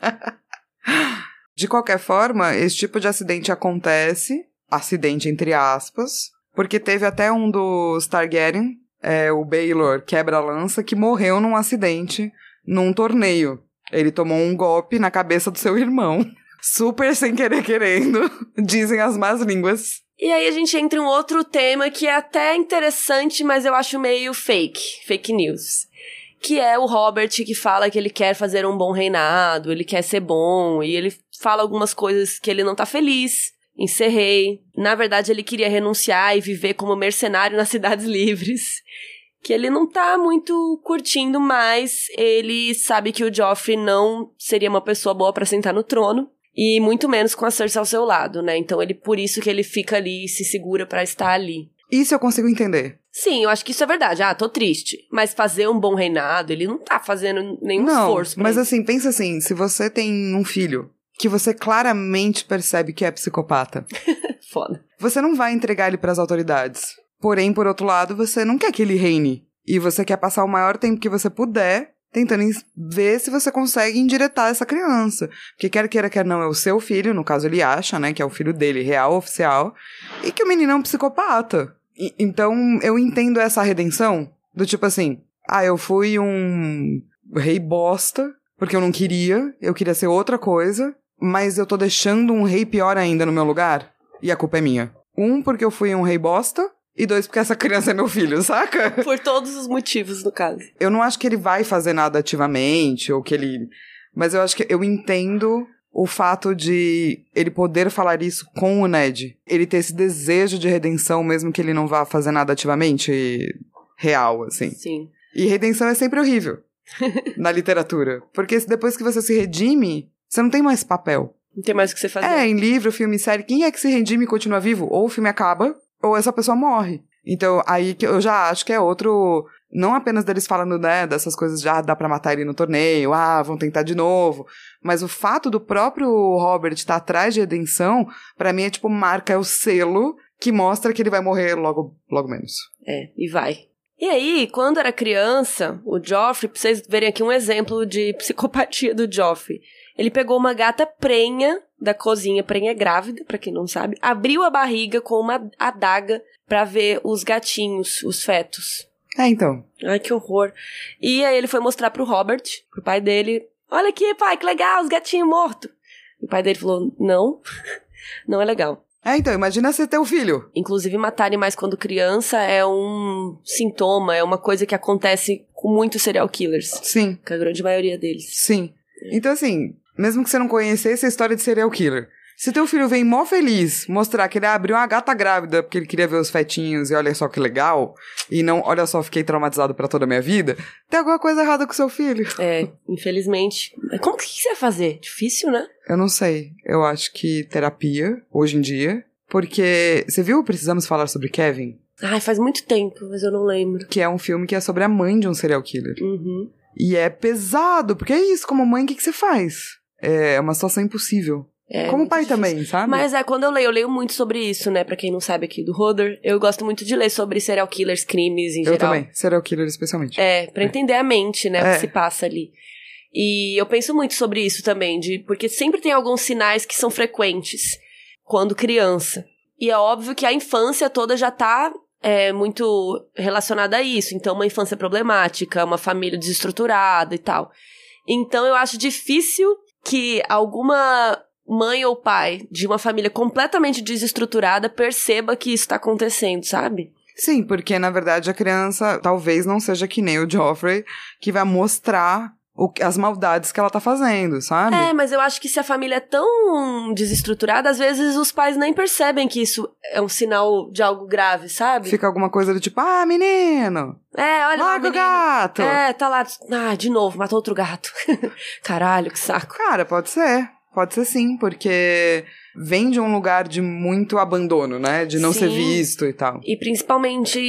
De qualquer forma, esse tipo de acidente acontece, acidente entre aspas, porque teve até um dos Targaryen, é, o Baelor Quebra-Lança, que morreu num acidente num torneio. Ele tomou um golpe na cabeça do seu irmão. Super sem querer querendo, dizem as más línguas. E aí a gente entra em um outro tema que é até interessante, mas eu acho meio fake, fake news. Que é o Robert que fala que ele quer fazer um bom reinado, ele quer ser bom, e ele fala algumas coisas que ele não tá feliz em ser rei. Na verdade, ele queria renunciar e viver como mercenário nas cidades livres. Que ele não tá muito curtindo, mas ele sabe que o Joffrey não seria uma pessoa boa pra sentar no trono. E muito menos com a Cersei ao seu lado, né? Então, ele por isso que ele fica ali e se segura pra estar ali. Isso eu consigo entender. Sim, eu acho que isso é verdade. Ah, tô triste. Mas fazer um bom reinado, ele não tá fazendo nenhum não, esforço pra mas isso. assim, pensa assim, se você tem um filho que você claramente percebe que é psicopata. Foda. Você não vai entregar ele pras autoridades. Porém, por outro lado, você não quer que ele reine. E você quer passar o maior tempo que você puder tentando ver se você consegue endireitar essa criança. Porque quer queira, quer não, é o seu filho, no caso ele acha, né, que é o filho dele, real, oficial, e que o menino é um psicopata. E, então, eu entendo essa redenção, do tipo assim, ah, eu fui um rei bosta, porque eu não queria, eu queria ser outra coisa, mas eu tô deixando um rei pior ainda no meu lugar, e a culpa é minha. Um, porque eu fui um rei bosta, e dois, porque essa criança é meu filho, saca? Por todos os motivos, no caso. Eu não acho que ele vai fazer nada ativamente, ou que ele... Mas eu acho que eu entendo o fato de ele poder falar isso com o Ned. Ele ter esse desejo de redenção, mesmo que ele não vá fazer nada ativamente real, assim. Sim. E redenção é sempre horrível na literatura. Porque depois que você se redime, você não tem mais papel. Não tem mais o que você fazer. É, em livro, filme, série, quem é que se redime e continua vivo? Ou o filme acaba, ou essa pessoa morre. Então, aí que eu já acho que é outro... Não apenas deles falando, né, dessas coisas de, ah, dá pra matar ele no torneio, ah, vão tentar de novo. Mas o fato do próprio Robert estar atrás de redenção, pra mim é tipo, marca, é o selo que mostra que ele vai morrer logo, logo menos. É, e vai. E aí, quando era criança, o Joffrey, pra vocês verem aqui um exemplo de psicopatia do Joffrey, ele pegou uma gata prenha da cozinha, prenha grávida, pra quem não sabe, abriu a barriga com uma adaga pra ver os gatinhos, os fetos. É, então. Ai, que horror. E aí ele foi mostrar pro Robert, pro pai dele, olha aqui, pai, que legal, os gatinhos mortos. E o pai dele falou, não, não é legal. É, então, imagina você ter um filho. Inclusive, matar animais quando criança é um sintoma, é uma coisa que acontece com muitos serial killers. Sim. Com a grande maioria deles. Sim. Então, assim, mesmo que você não conhecesse a história de serial killer, se teu filho vem mó feliz mostrar que ele abriu uma gata grávida porque ele queria ver os fetinhos e olha só que legal, e não, olha só, fiquei traumatizado pra toda a minha vida, tem alguma coisa errada com seu filho. É, infelizmente. Como que você vai fazer? Difícil, né? Eu não sei. Eu acho que terapia, hoje em dia, porque... Você viu Precisamos Falar sobre Kevin? Ai, faz muito tempo, mas eu não lembro. Que é um filme que é sobre a mãe de um serial killer. Uhum. E é pesado, porque é isso, como mãe, o que, que você faz? É uma situação impossível. É, como pai difícil. Também, sabe? Mas é, quando eu leio, eu leio muito sobre isso, né? Pra quem não sabe aqui do Hodor, eu gosto muito de ler sobre serial killers, crimes em eu geral. Eu também, serial killer especialmente. É, pra é. entender a mente, né? É. O que se passa ali. E eu penso muito sobre isso também, de porque sempre tem alguns sinais que são frequentes quando criança. E é óbvio que a infância toda já tá é, muito relacionada a isso. Então, uma infância problemática, uma família desestruturada e tal. Então, eu acho difícil que alguma mãe ou pai de uma família completamente desestruturada perceba que isso tá acontecendo, sabe? Sim, porque na verdade a criança talvez não seja que nem o Joffrey, que vai mostrar o, as maldades que ela tá fazendo, sabe? É, mas eu acho que se a família é tão desestruturada, às vezes os pais nem percebem que isso é um sinal de algo grave, sabe? Fica alguma coisa do tipo, ah, menino! É, olha lá, larga o menino. gato! É, tá lá, ah, de novo, matou outro gato. Caralho, que saco. Cara, pode ser. Pode ser sim, porque vem de um lugar de muito abandono, né? De não Sim. ser visto e tal. E principalmente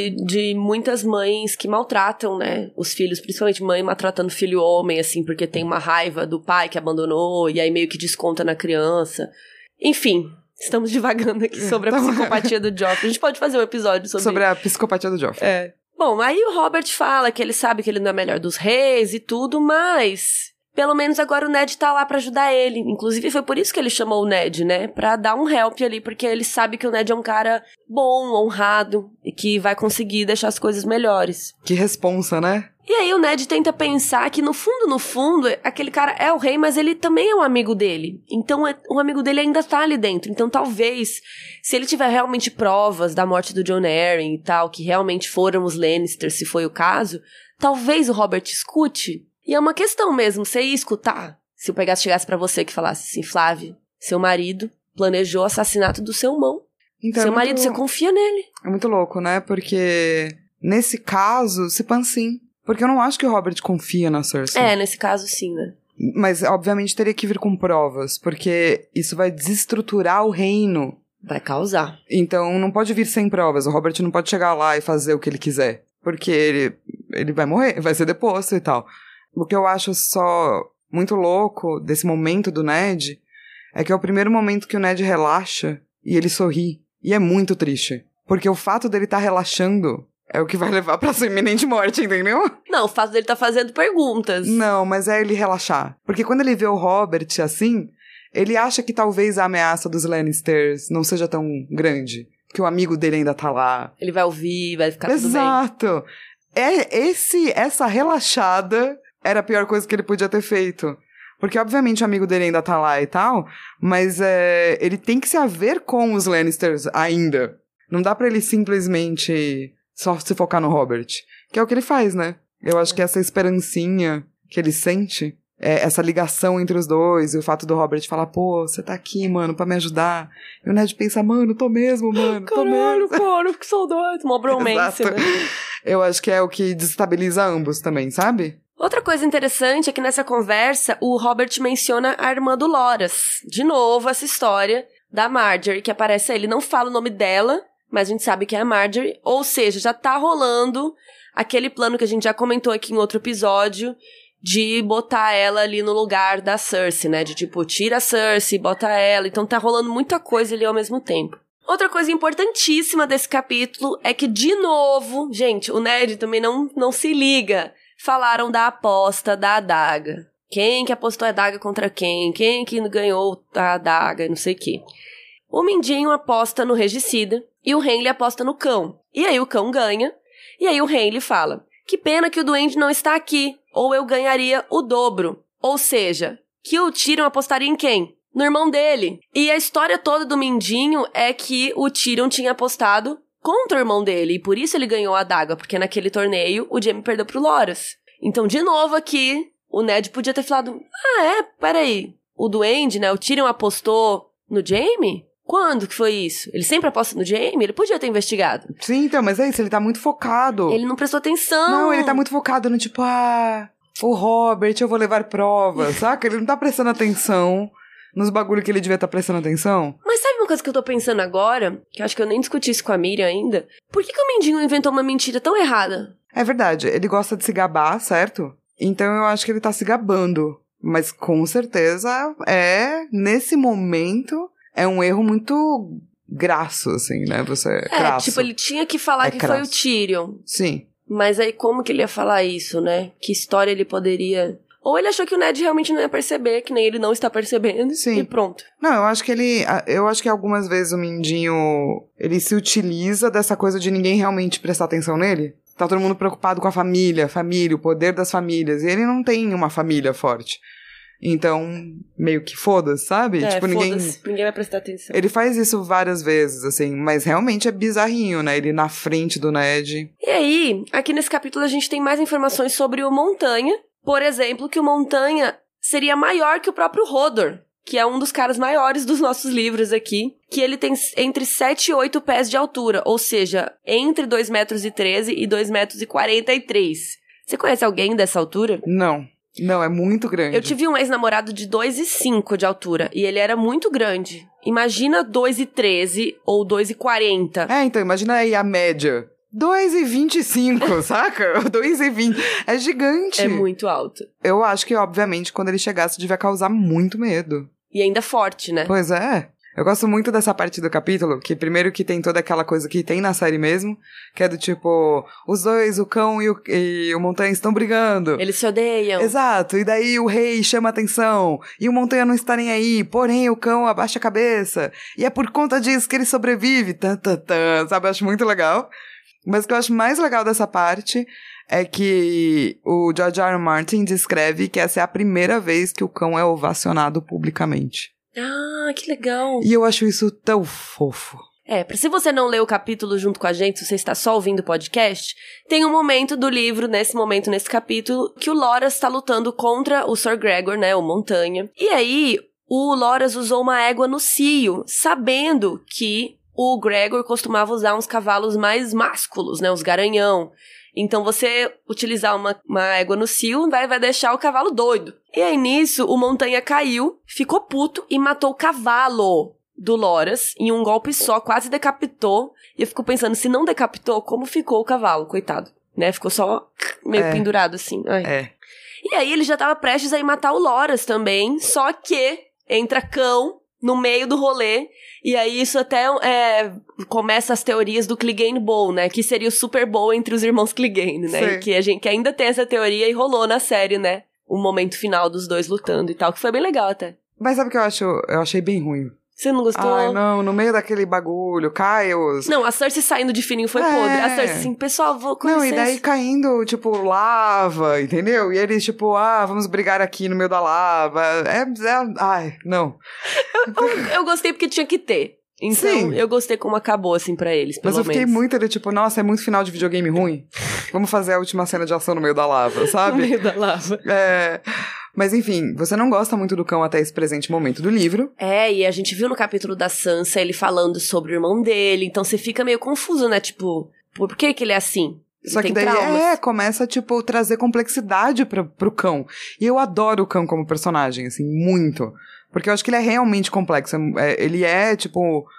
de muitas mães que maltratam, né, os filhos, principalmente mãe maltratando filho homem, assim, porque tem uma raiva do pai que abandonou, e aí meio que desconta na criança. Enfim, estamos divagando aqui sobre a psicopatia do Joffrey. A gente pode fazer um episódio sobre... Sobre a psicopatia do Joffrey. É. Bom, aí o Robert fala que ele sabe que ele não é melhor dos reis e tudo, mas... Pelo menos agora o Ned tá lá pra ajudar ele. Inclusive foi por isso que ele chamou o Ned, né? Pra dar um help ali, porque ele sabe que o Ned é um cara bom, honrado, e que vai conseguir deixar as coisas melhores. Que responsa, né? E aí o Ned tenta pensar que no fundo, no fundo, aquele cara é o rei, mas ele também é um amigo dele. Então o amigo dele ainda tá ali dentro. Então talvez, se ele tiver realmente provas da morte do Jon Arryn e tal, que realmente foram os Lannister, se foi o caso, talvez o Robert escute. E é uma questão mesmo, você ia escutar? Se o Pegasus chegasse pra você que falasse assim, Flávia, seu marido planejou o assassinato do seu irmão. Então, seu é marido, muito... você confia nele. É muito louco, né? Porque nesse caso, se pan sim. Porque eu não acho que o Robert confia na Cersei. É, nesse caso sim, né? Mas, obviamente, teria que vir com provas, porque isso vai desestruturar o reino. Vai causar. Então, não pode vir sem provas. O Robert não pode chegar lá e fazer o que ele quiser. Porque ele, ele vai morrer, vai ser deposto e tal. O que eu acho só muito louco desse momento do Ned é que é o primeiro momento que o Ned relaxa e ele sorri. E é muito triste. Porque o fato dele estar tá relaxando é o que vai levar pra sua iminente morte, entendeu? Não, o fato dele tá fazendo perguntas. Não, mas é ele relaxar. Porque quando ele vê o Robert assim, ele acha que talvez a ameaça dos Lannisters não seja tão grande. Que o amigo dele ainda tá lá. Ele vai ouvir, vai ficar tudo bem. Exato. É esse, essa relaxada... era a pior coisa que ele podia ter feito. Porque, obviamente, o amigo dele ainda tá lá e tal, mas é, ele tem que se haver com os Lannisters ainda. Não dá pra ele simplesmente só se focar no Robert. Que é o que ele faz, né? Eu acho que essa esperancinha que ele sente, é, essa ligação entre os dois, e o fato do Robert falar, pô, você tá aqui, mano, pra me ajudar. E o Ned pensa, mano, tô mesmo, mano, tô Caralho, mesmo. cara, que saudade. Uma bromance, né? Eu acho que é o que desestabiliza ambos também, sabe? Outra coisa interessante é que nessa conversa o Robert menciona a irmã do Loras. De novo, essa história da Margaery, que aparece aí. Ele não fala o nome dela, mas a gente sabe que é a Margaery. Ou seja, já tá rolando aquele plano que a gente já comentou aqui em outro episódio de botar ela ali no lugar da Cersei, né? De tipo, tira a Cersei, bota ela. Então tá rolando muita coisa ali ao mesmo tempo. Outra coisa importantíssima desse capítulo é que, de novo, gente, o Ned também não, não se liga. Falaram da aposta da adaga. Quem que apostou a adaga contra quem? Quem que ganhou a adaga? Não sei o quê. O Mindinho aposta no regicida e o Renly aposta no cão. E aí o cão ganha. E aí o Renly fala, que pena que o duende não está aqui, ou eu ganharia o dobro. Ou seja, que o Tyrion apostaria em quem? No irmão dele. E a história toda do Mindinho é que o Tyrion tinha apostado contra o irmão dele, e por isso ele ganhou a adaga, porque naquele torneio o Jaime perdeu pro Loras. Então, de novo aqui, o Ned podia ter falado, ah, é, peraí, o duende, né, o Tyrion apostou no Jaime? Quando que foi isso? Ele sempre aposta no Jaime? Ele podia ter investigado. Sim, então, mas é isso, ele tá muito focado. Ele não prestou atenção. Não, ele tá muito focado no tipo, ah, o Robert, eu vou levar provas, saca? Ele não tá prestando atenção nos bagulho que ele devia estar tá prestando atenção. Mas sabe uma coisa que eu tô pensando agora? Que eu acho que eu nem discuti isso com a Miriam ainda. Por que que o Mindinho inventou uma mentira tão errada? É verdade, ele gosta de se gabar, certo? Então eu acho que ele tá se gabando. Mas com certeza é, nesse momento, é um erro muito graço, assim, né? Você é, É, crasso. tipo, ele tinha que falar É que crasso. foi o Tyrion. Sim. Mas aí como que ele ia falar isso, né? Que história ele poderia... Ou ele achou que o Ned realmente não ia perceber, que nem ele não está percebendo, Sim. e pronto. Não, eu acho que ele... Eu acho que algumas vezes o Mindinho, ele se utiliza dessa coisa de ninguém realmente prestar atenção nele. Tá todo mundo preocupado com a família, família, o poder das famílias. E ele não tem uma família forte. Então, meio que foda-se, sabe? É, tipo, ninguém... ninguém vai prestar atenção. Ele faz isso várias vezes, assim, mas realmente é bizarrinho, né? Ele na frente do Ned. E aí, aqui nesse capítulo a gente tem mais informações sobre o Montanha. Por exemplo, que o Montanha seria maior que o próprio Hodor, que é um dos caras maiores dos nossos livros aqui, que ele tem entre sete e oito pés de altura, ou seja, entre dois metros e treze e dois metros e quarenta e três. Você conhece alguém dessa altura? Não. Não, é muito grande. Eu tive um ex-namorado de dois e cinco de altura, e ele era muito grande. Imagina dois e treze ou dois e quarenta. É, então, imagina aí a média. dois e vinte e cinco, saca? dois e vinte. É gigante. É muito alto. Eu acho que, obviamente, quando ele chegasse, devia causar muito medo. E ainda forte, né? Pois é. Eu gosto muito dessa parte do capítulo, que primeiro que tem toda aquela coisa que tem na série mesmo, que é do tipo, os dois, o cão e o, e o Montanha estão brigando. Eles se odeiam. Exato, e daí o rei chama atenção, e o Montanha não está nem aí, porém o cão abaixa a cabeça, e é por conta disso que ele sobrevive, tan, tan, tan, sabe? Eu acho muito legal. Mas o que eu acho mais legal dessa parte é que o George R. R. Martin descreve que essa é a primeira vez que o cão é ovacionado publicamente. Ah, que legal. E eu acho isso tão fofo. É, se você não leu o capítulo junto com a gente, se você está só ouvindo o podcast, tem um momento do livro, nesse momento, nesse capítulo, que o Loras está lutando contra o Sir Gregor, né, o Montanha. E aí, o Loras usou uma égua no cio, sabendo que o Gregor costumava usar uns cavalos mais másculos, né, os garanhão. Então, você utilizar uma, uma égua no cio vai, vai deixar o cavalo doido. E aí, nisso, o Montanha caiu, ficou puto e matou o cavalo do Loras em um golpe só, quase decapitou. E eu fico pensando, se não decapitou, como ficou o cavalo, coitado? Né? Ficou só meio é. pendurado, assim. Ai. É. E aí, ele já tava prestes a ir matar o Loras também, só que entra cão no meio do rolê, e aí isso até é, começa as teorias do Clegane Bowl, né, que seria o Super Bowl entre os irmãos Clegane, né, que a gente que ainda tem essa teoria e rolou na série, né, o momento final dos dois lutando e tal, que foi bem legal até. Mas sabe o que eu acho? Eu achei bem ruim. Você não gostou? Ai, não, no meio daquele bagulho, Kyles. Não, a Cersei saindo de fininho foi é. podre. A Cersei assim, pessoal, vou com Não, licença. E daí caindo, tipo, lava, entendeu? E eles, tipo, ah, vamos brigar aqui no meio da lava. É, é ai, não. eu, eu, eu gostei porque tinha que ter. Então, Sim. eu gostei como acabou, assim, pra eles, pelo Mas eu fiquei menos. muito ali, tipo, nossa, é muito final de videogame ruim. Vamos fazer a última cena de ação no meio da lava, sabe? No meio da lava. É... Mas enfim, você não gosta muito do cão até esse presente momento do livro. É, e a gente viu no capítulo da Sansa ele falando sobre o irmão dele, então você fica meio confuso, né? Tipo, por que que ele é assim? Ele Só que daí, traumas. é, começa, tipo, trazer complexidade pra, pro cão. E eu adoro o cão como personagem, assim, muito. Porque eu acho que ele é realmente complexo. É, ele é, tipo,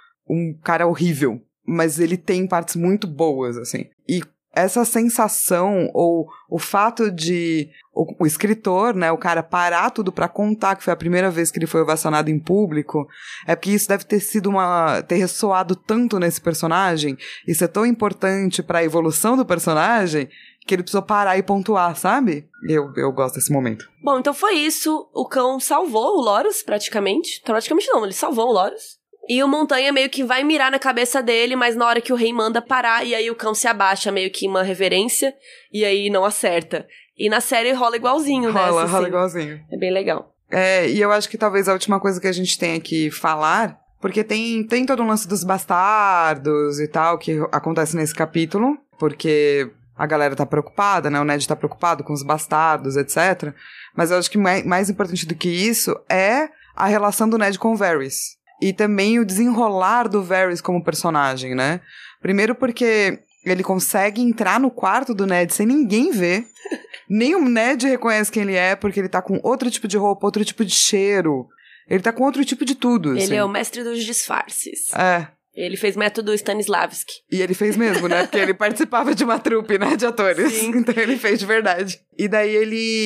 um cara horrível. Mas ele tem partes muito boas, assim. E essa sensação, ou o fato de o, o escritor, né, o cara parar tudo pra contar que foi a primeira vez que ele foi ovacionado em público, é porque isso deve ter sido uma, ter ressoado tanto nesse personagem, isso é tão importante pra evolução do personagem, que ele precisou parar e pontuar, sabe? Eu, eu gosto desse momento. Bom, então foi isso, o cão salvou o Loras, praticamente, praticamente não, ele salvou o Loras. E o Montanha meio que vai mirar na cabeça dele, mas na hora que o rei manda parar, e aí o cão se abaixa meio que em uma reverência, e aí não acerta. E na série rola igualzinho, né? Rola, assim, rola igualzinho. É bem legal. É, e eu acho que talvez a última coisa que a gente tenha que falar, porque tem, tem todo o lance dos bastardos e tal, que acontece nesse capítulo, porque a galera tá preocupada, né? O Ned tá preocupado com os bastardos, etcétera. Mas eu acho que mais, mais importante do que isso é a relação do Ned com o Varys. E também o desenrolar do Varys como personagem, né? Primeiro porque ele consegue entrar no quarto do Ned sem ninguém ver. Nem o Ned reconhece quem ele é, porque ele tá com outro tipo de roupa, outro tipo de cheiro. Ele tá com outro tipo de tudo, assim. Ele é o mestre dos disfarces. É. Ele fez método Stanislavski. E ele fez mesmo, né? Porque ele participava de uma trupe, né? De atores. Sim. Então ele fez de verdade. E daí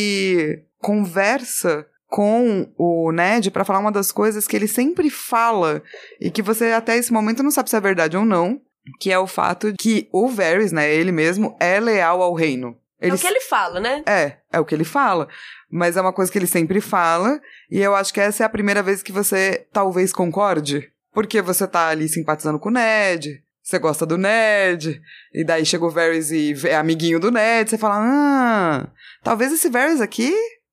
ele conversa com o Ned pra falar uma das coisas que ele sempre fala e que você até esse momento não sabe se é verdade ou não, que é o fato que o Varys, né, ele mesmo, é leal ao reino. Ele... É o que ele fala, né? É, é o que ele fala. Mas é uma coisa que ele sempre fala, e eu acho que essa é a primeira vez que você talvez concorde, porque você tá ali simpatizando com o Ned, você gosta do Ned, e daí chega o Varys e é amiguinho do Ned, você fala, ah, talvez esse Varys aqui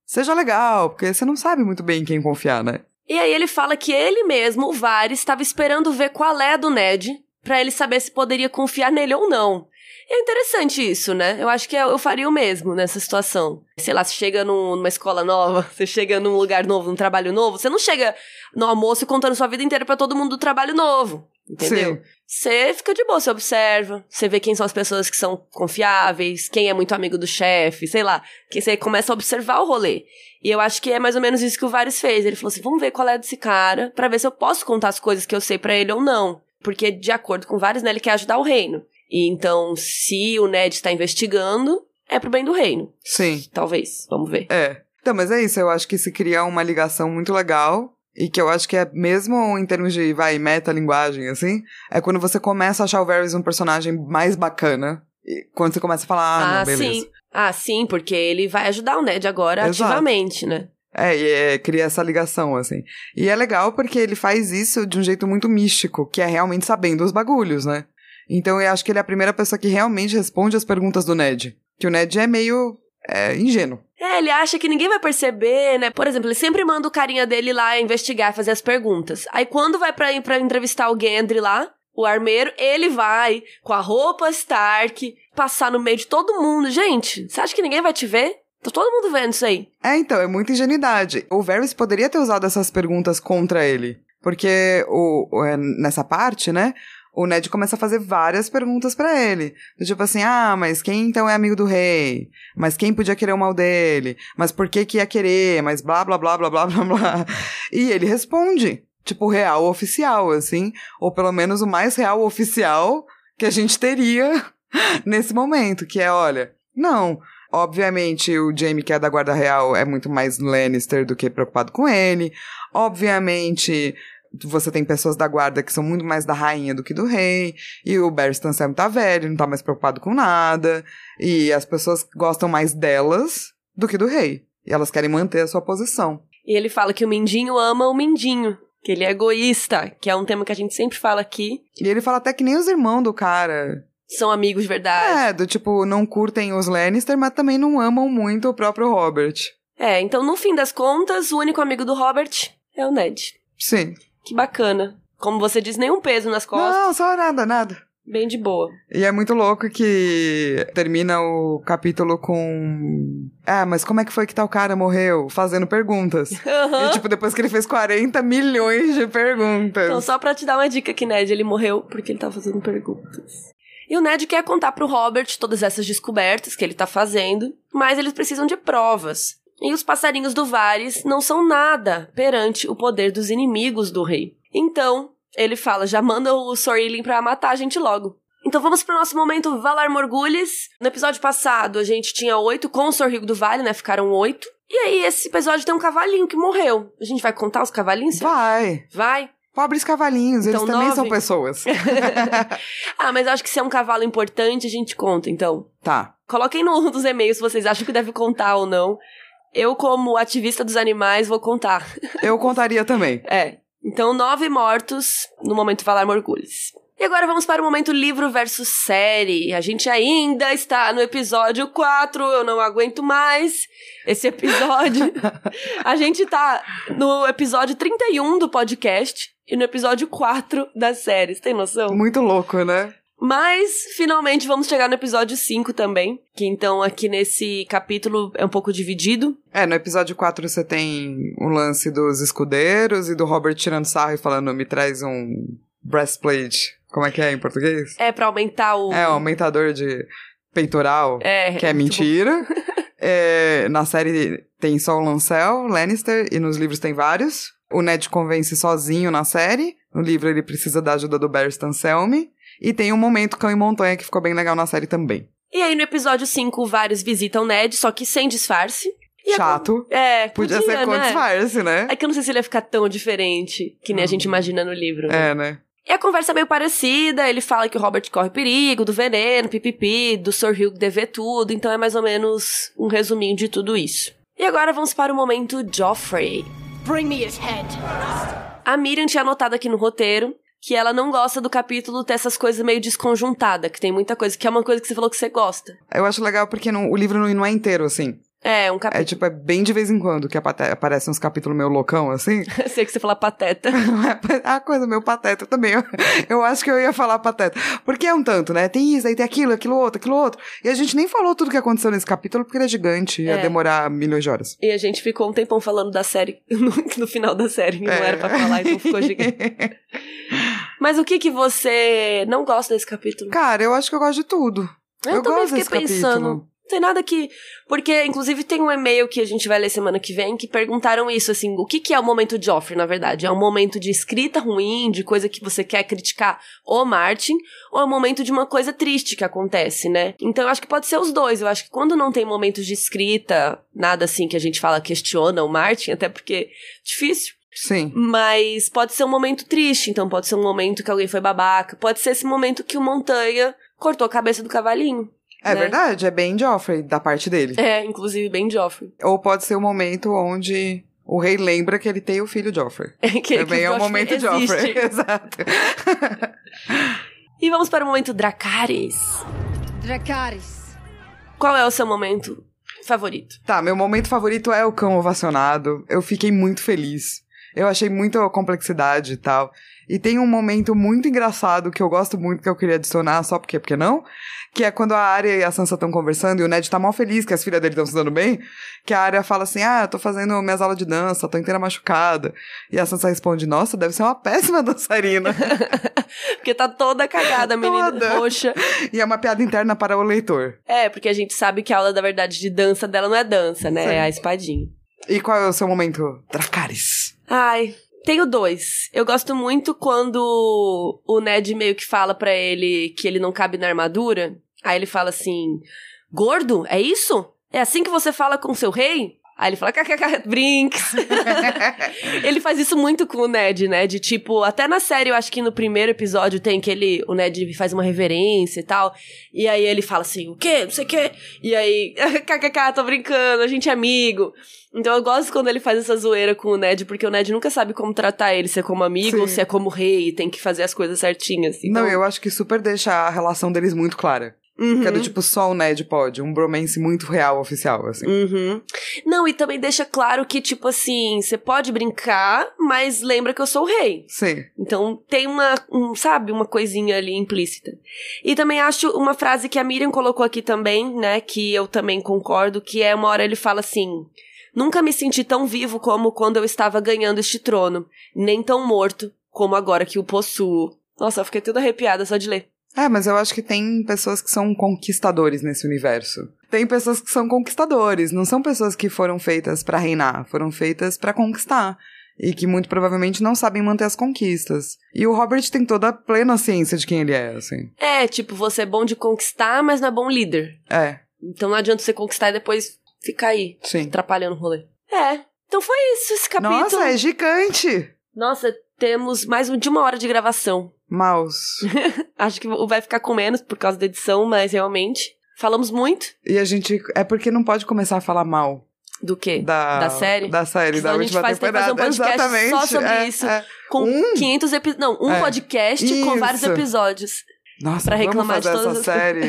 seja legal, porque você não sabe muito bem em quem confiar, né? E aí ele fala que ele mesmo, o Varys, estava esperando ver qual é a do Ned, pra ele saber se poderia confiar nele ou não. E é interessante isso, né? Eu acho que eu faria o mesmo nessa situação. Sei lá, você chega num, numa escola nova, você chega num lugar novo, num trabalho novo, você não chega no almoço contando sua vida inteira pra todo mundo do trabalho novo, entendeu? Sim. Você fica de boa, você observa, você vê quem são as pessoas que são confiáveis, quem é muito amigo do chefe, sei lá, que você começa a observar o rolê. E eu acho que é mais ou menos isso que o Varys fez. Ele falou assim, vamos ver qual é desse cara, pra ver se eu posso contar as coisas que eu sei pra ele ou não. Porque, de acordo com o Varys, né, ele quer ajudar o reino. E então, se o Ned está investigando, é pro bem do reino. Sim. Talvez, vamos ver. É. Então, mas é isso, eu acho que se cria uma ligação muito legal, e que eu acho que é, mesmo em termos de, vai, metalinguagem, assim, é quando você começa a achar o Varys um personagem mais bacana, e quando você começa a falar, ah, ah não, beleza. Sim. Ah, sim, porque ele vai ajudar o Ned agora. Exato. Ativamente, né? É, e é, cria essa ligação, assim. E é legal porque ele faz isso de um jeito muito místico, que é realmente sabendo os bagulhos, né? Então eu acho que ele é a primeira pessoa que realmente responde as perguntas do Ned. Que o Ned é meio é, ingênuo. É, ele acha que ninguém vai perceber, né? Por exemplo, ele sempre manda o carinha dele lá investigar, fazer as perguntas. Aí quando vai pra, pra entrevistar o Gendry lá, o armeiro, ele vai com a roupa Stark, passar no meio de todo mundo. Gente, você acha que ninguém vai te ver? Tá todo mundo vendo isso aí. É, então, é muita ingenuidade. O Varys poderia ter usado essas perguntas contra ele. Porque o, o, é, nessa parte, né, o Ned começa a fazer várias perguntas pra ele. Tipo assim, ah, mas quem então é amigo do rei? Mas quem podia querer o mal dele? Mas por que que ia querer? Mas blá, blá, blá, blá, blá, blá, blá. E ele responde. Tipo, real oficial, assim. Ou pelo menos o mais real oficial que a gente teria nesse momento. Que é, olha, não... Obviamente, o Jaime, que é da Guarda Real, é muito mais Lannister do que preocupado com ele. Obviamente, você tem pessoas da Guarda que são muito mais da rainha do que do rei. E o Barristan Selmy tá velho, não tá mais preocupado com nada. E as pessoas gostam mais delas do que do rei. E elas querem manter a sua posição. E ele fala que o Mindinho ama o Mindinho. Que ele é egoísta, que é um tema que a gente sempre fala aqui. E ele fala até que nem os irmãos do cara... São amigos de verdade. É, do tipo, não curtem os Lannister, mas também não amam muito o próprio Robert. É, então no fim das contas, o único amigo do Robert é o Ned. Sim. Que bacana. Como você diz, nenhum peso nas costas. Não, só nada, nada. Bem de boa. E é muito louco que termina o capítulo com... Ah, mas como é que foi que tal cara morreu? Fazendo perguntas. Uhum. E tipo, depois que ele fez quarenta milhões de perguntas. Então, só pra te dar uma dica que Ned, ele morreu porque ele tava fazendo perguntas. E o Ned quer contar pro Robert todas essas descobertas que ele tá fazendo, mas eles precisam de provas. E os passarinhos do Varys não são nada perante o poder dos inimigos do rei. Então, ele fala, já manda o Sor Ilyn pra matar a gente logo. Então vamos pro nosso momento Valar Morghulis. No episódio passado, a gente tinha oito com o Sor Rico do Vale, né? Ficaram oito. E aí, esse episódio tem um cavalinho que morreu. A gente vai contar os cavalinhos? Vai. Vai? Pobres cavalinhos, então, eles também nove? são pessoas. Ah, mas eu acho que se é um cavalo importante, a gente conta, então. Tá. Coloquem no, nos e-mails se vocês acham que deve contar ou não. Eu, como ativista dos animais, vou contar. Eu contaria também. É. Então, nove mortos no momento Valar Morghulis. E agora vamos para o momento livro versus série. A gente ainda está no episódio quatro, eu não aguento mais esse episódio. A gente tá no episódio trinta e um do podcast e no episódio quatro da série, você tem noção? Muito louco, né? Mas, finalmente, vamos chegar no episódio cinco também, que então aqui nesse capítulo é um pouco dividido. É, no episódio quatro você tem o lance dos escudeiros e do Robert tirando sarro e falando, me traz um breastplate. Como é que é em português? É, pra aumentar o... É, o aumentador de peitoral, é, que é mentira. É, na série tem só o Lancel, Lannister, e nos livros tem vários. O Ned convence sozinho na série. No livro ele precisa da ajuda do Barristan Selmy. E tem um momento Cão e Montanha que ficou bem legal na série também. E aí no episódio cinco, o Varys visita o Ned, só que sem disfarce. E Chato. A... É, podia, podia ser com né? disfarce, né? É que eu não sei se ele ia ficar tão diferente que nem hum. a gente imagina no livro. Né? É, né? E a conversa é meio parecida, ele fala que o Robert corre perigo, do veneno, pipipi, do Sor Hugh dever tudo, então é mais ou menos um resuminho de tudo isso. E agora vamos para o momento Joffrey. Bring me his head. A Miriam tinha anotado aqui no roteiro que ela não gosta do capítulo ter essas coisas meio desconjuntadas, que tem muita coisa, que é uma coisa que você falou que você gosta. Eu acho legal porque não, o livro não, não é inteiro, assim. É, um capítulo. É tipo, é bem de vez em quando que apate- aparece uns capítulos meio loucão, assim. Sei que você fala pateta. A coisa meio pateta também. Eu, eu acho que eu ia falar pateta. Porque é um tanto, né? Tem isso, aí tem aquilo, aquilo outro, aquilo outro. E a gente nem falou tudo que aconteceu nesse capítulo porque ele é gigante. Ia É. demorar milhões de horas. E a gente ficou um tempão falando da série, no, no final da série. Não É. era pra falar, então ficou gigante. Mas o que que você não gosta desse capítulo? Cara, eu acho que eu gosto de tudo. Eu, eu também gosto fiquei desse pensando. capítulo. Não tem nada que... Porque, inclusive, tem um e-mail que a gente vai ler semana que vem que perguntaram isso, assim, o que que é o momento Joffrey, na verdade? É um momento de escrita ruim, de coisa que você quer criticar o Martin, ou é um momento de uma coisa triste que acontece, né? Então, eu acho que pode ser os dois. Eu acho que quando não tem momentos de escrita, nada assim que a gente fala questiona o Martin, até porque é difícil. Sim. Mas pode ser um momento triste, então pode ser um momento que alguém foi babaca, pode ser esse momento que o Montanha cortou a cabeça do cavalinho. É né? verdade, é bem Joffrey da parte dele. É, inclusive bem Joffrey. Ou pode ser o momento onde o rei lembra que ele tem o filho Joffrey. que, Também que é o Joffrey momento existe. Joffrey. Exato. E vamos para o momento Dracarys. Dracarys. Qual é o seu momento favorito? Tá, meu momento favorito é o cão ovacionado. Eu fiquei muito feliz. Eu achei muita complexidade e tal. E tem um momento muito engraçado que eu gosto muito, que eu queria adicionar, só porque, porque não? Que é quando a Arya e a Sansa estão conversando e o Ned tá mal feliz que as filhas dele estão se dando bem. Que a Arya fala assim, ah, eu tô fazendo minhas aulas de dança, tô inteira machucada. E a Sansa responde, nossa, deve ser uma péssima dançarina. Porque tá toda cagada, a menina Toda. roxa. E é uma piada interna para o leitor. É, porque a gente sabe que a aula, da verdade, de dança dela não é dança, né? Sim. É a espadinha. E qual é o seu momento Dracarys? Ai, tenho dois. Eu gosto muito quando o Ned meio que fala pra ele que ele não cabe na armadura. Aí ele fala assim, gordo, é isso? É assim que você fala com seu rei? Aí ele fala, kkk, brinks. Ele faz isso muito com o Ned, né? De tipo, até na série, eu acho que no primeiro episódio tem que ele, o Ned faz uma reverência e tal. E aí ele fala assim, o quê? Não sei o quê. E aí, kkk, tô brincando, a gente é amigo. Então eu gosto quando ele faz essa zoeira com o Ned, porque o Ned nunca sabe como tratar ele, se é como amigo Sim. ou se é como rei, tem que fazer as coisas certinhas. Então... Não, eu acho que super deixa a relação deles muito clara. Uhum. Que é do tipo, só o Ned pode. Um bromance muito real, oficial, assim. Uhum. Não, e também deixa claro que, tipo assim, você pode brincar, mas lembra que eu sou o rei. Sim. Então tem uma, um, sabe, uma coisinha ali implícita. E também acho uma frase que a Miriam colocou aqui também, né, que eu também concordo, que é uma hora ele fala assim... Nunca me senti tão vivo como quando eu estava ganhando este trono, nem tão morto como agora que o possuo. Nossa, eu fiquei toda arrepiada só de ler. É, mas eu acho que tem pessoas que são conquistadores nesse universo. Tem pessoas que são conquistadores, não são pessoas que foram feitas pra reinar, foram feitas pra conquistar. E que muito provavelmente não sabem manter as conquistas. E o Robert tem toda a plena ciência de quem ele é, assim. É, tipo, você é bom de conquistar, mas não é bom líder. É, Então não adianta você conquistar e depois ficar aí, sim. atrapalhando o rolê. É, então foi isso, esse capítulo. Nossa, é gigante! Nossa, temos mais um de uma hora de gravação. Mouse. Acho que vai ficar com menos por causa da edição, mas realmente falamos muito. E a gente... É porque não pode começar a falar mal. Do quê? Da, Da série? Da série, Senão da a gente última faz- tem que fazer temporada. um podcast Exatamente. só sobre é, isso. é. Com Um? quinhentos episódios. Não, um É. podcast com Isso. vários episódios. Nossa, Pra vamos reclamar de fazer todas essa as- série.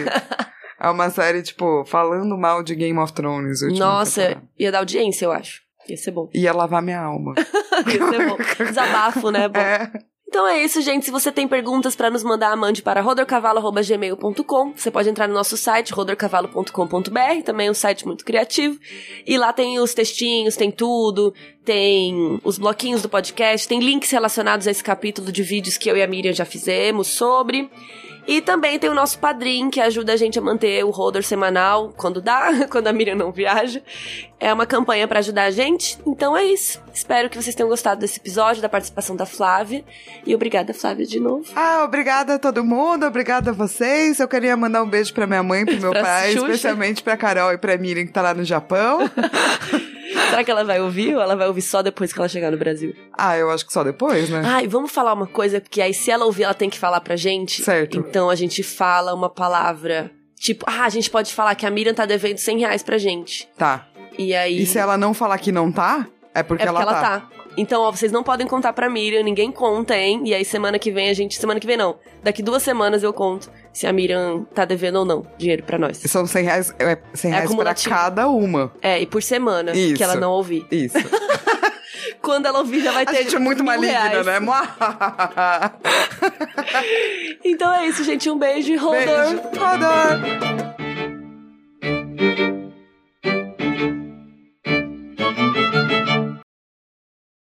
É uma série, tipo, falando mal de Game of Thrones. última Nossa, temporada. ia dar audiência, eu acho. Ia ser bom. Ia lavar minha alma. Ia ser bom. Desabafo, né? Bom. É. Então é isso, gente. Se você tem perguntas pra nos mandar, mande para rodorcavalo arroba gmail ponto com. Você pode entrar no nosso site, rodorcavalo ponto com ponto b r, também é um site muito criativo. E lá tem os textinhos, tem tudo, tem os bloquinhos do podcast, tem links relacionados a esse capítulo de vídeos que eu e a Miriam já fizemos sobre. E também tem o nosso padrinho, que ajuda a gente a manter o Rodor semanal, quando dá, quando a Miriam não viaja. É uma campanha pra ajudar a gente. Então é isso. Espero que vocês tenham gostado desse episódio, da participação da Flávia. E obrigada, Flávia, de novo. Ah, obrigada a todo mundo, obrigada a vocês. Eu queria mandar um beijo pra minha mãe, pro meu Pra pai, Xuxa. especialmente pra Carol e pra Miriam, que tá lá no Japão. Será que ela vai ouvir ou ela vai ouvir só depois que ela chegar no Brasil? Ah, eu acho que só depois, né? Ai, vamos falar uma coisa, porque aí se ela ouvir, ela tem que falar pra gente. Certo. Então a gente fala uma palavra, tipo, ah, a gente pode falar que a Miriam tá devendo cem reais pra gente. Tá. E aí... E se ela não falar que não tá, é porque, é porque ela, ela tá. tá. Então, ó, vocês não podem contar pra Miriam, ninguém conta, hein? E aí, semana que vem, a gente... Semana que vem, não. Daqui duas semanas eu conto se a Miriam tá devendo ou não dinheiro pra nós. São cem reais, é, cem reais pra acumulativo. cada uma. É, e por semana, Isso. que ela não ouvir. Isso. Quando ela ouvir, já vai A ter gente é muito mil maligna, reais. né? Então é isso, gente. Um beijo e rodor. Beijo. Rodor.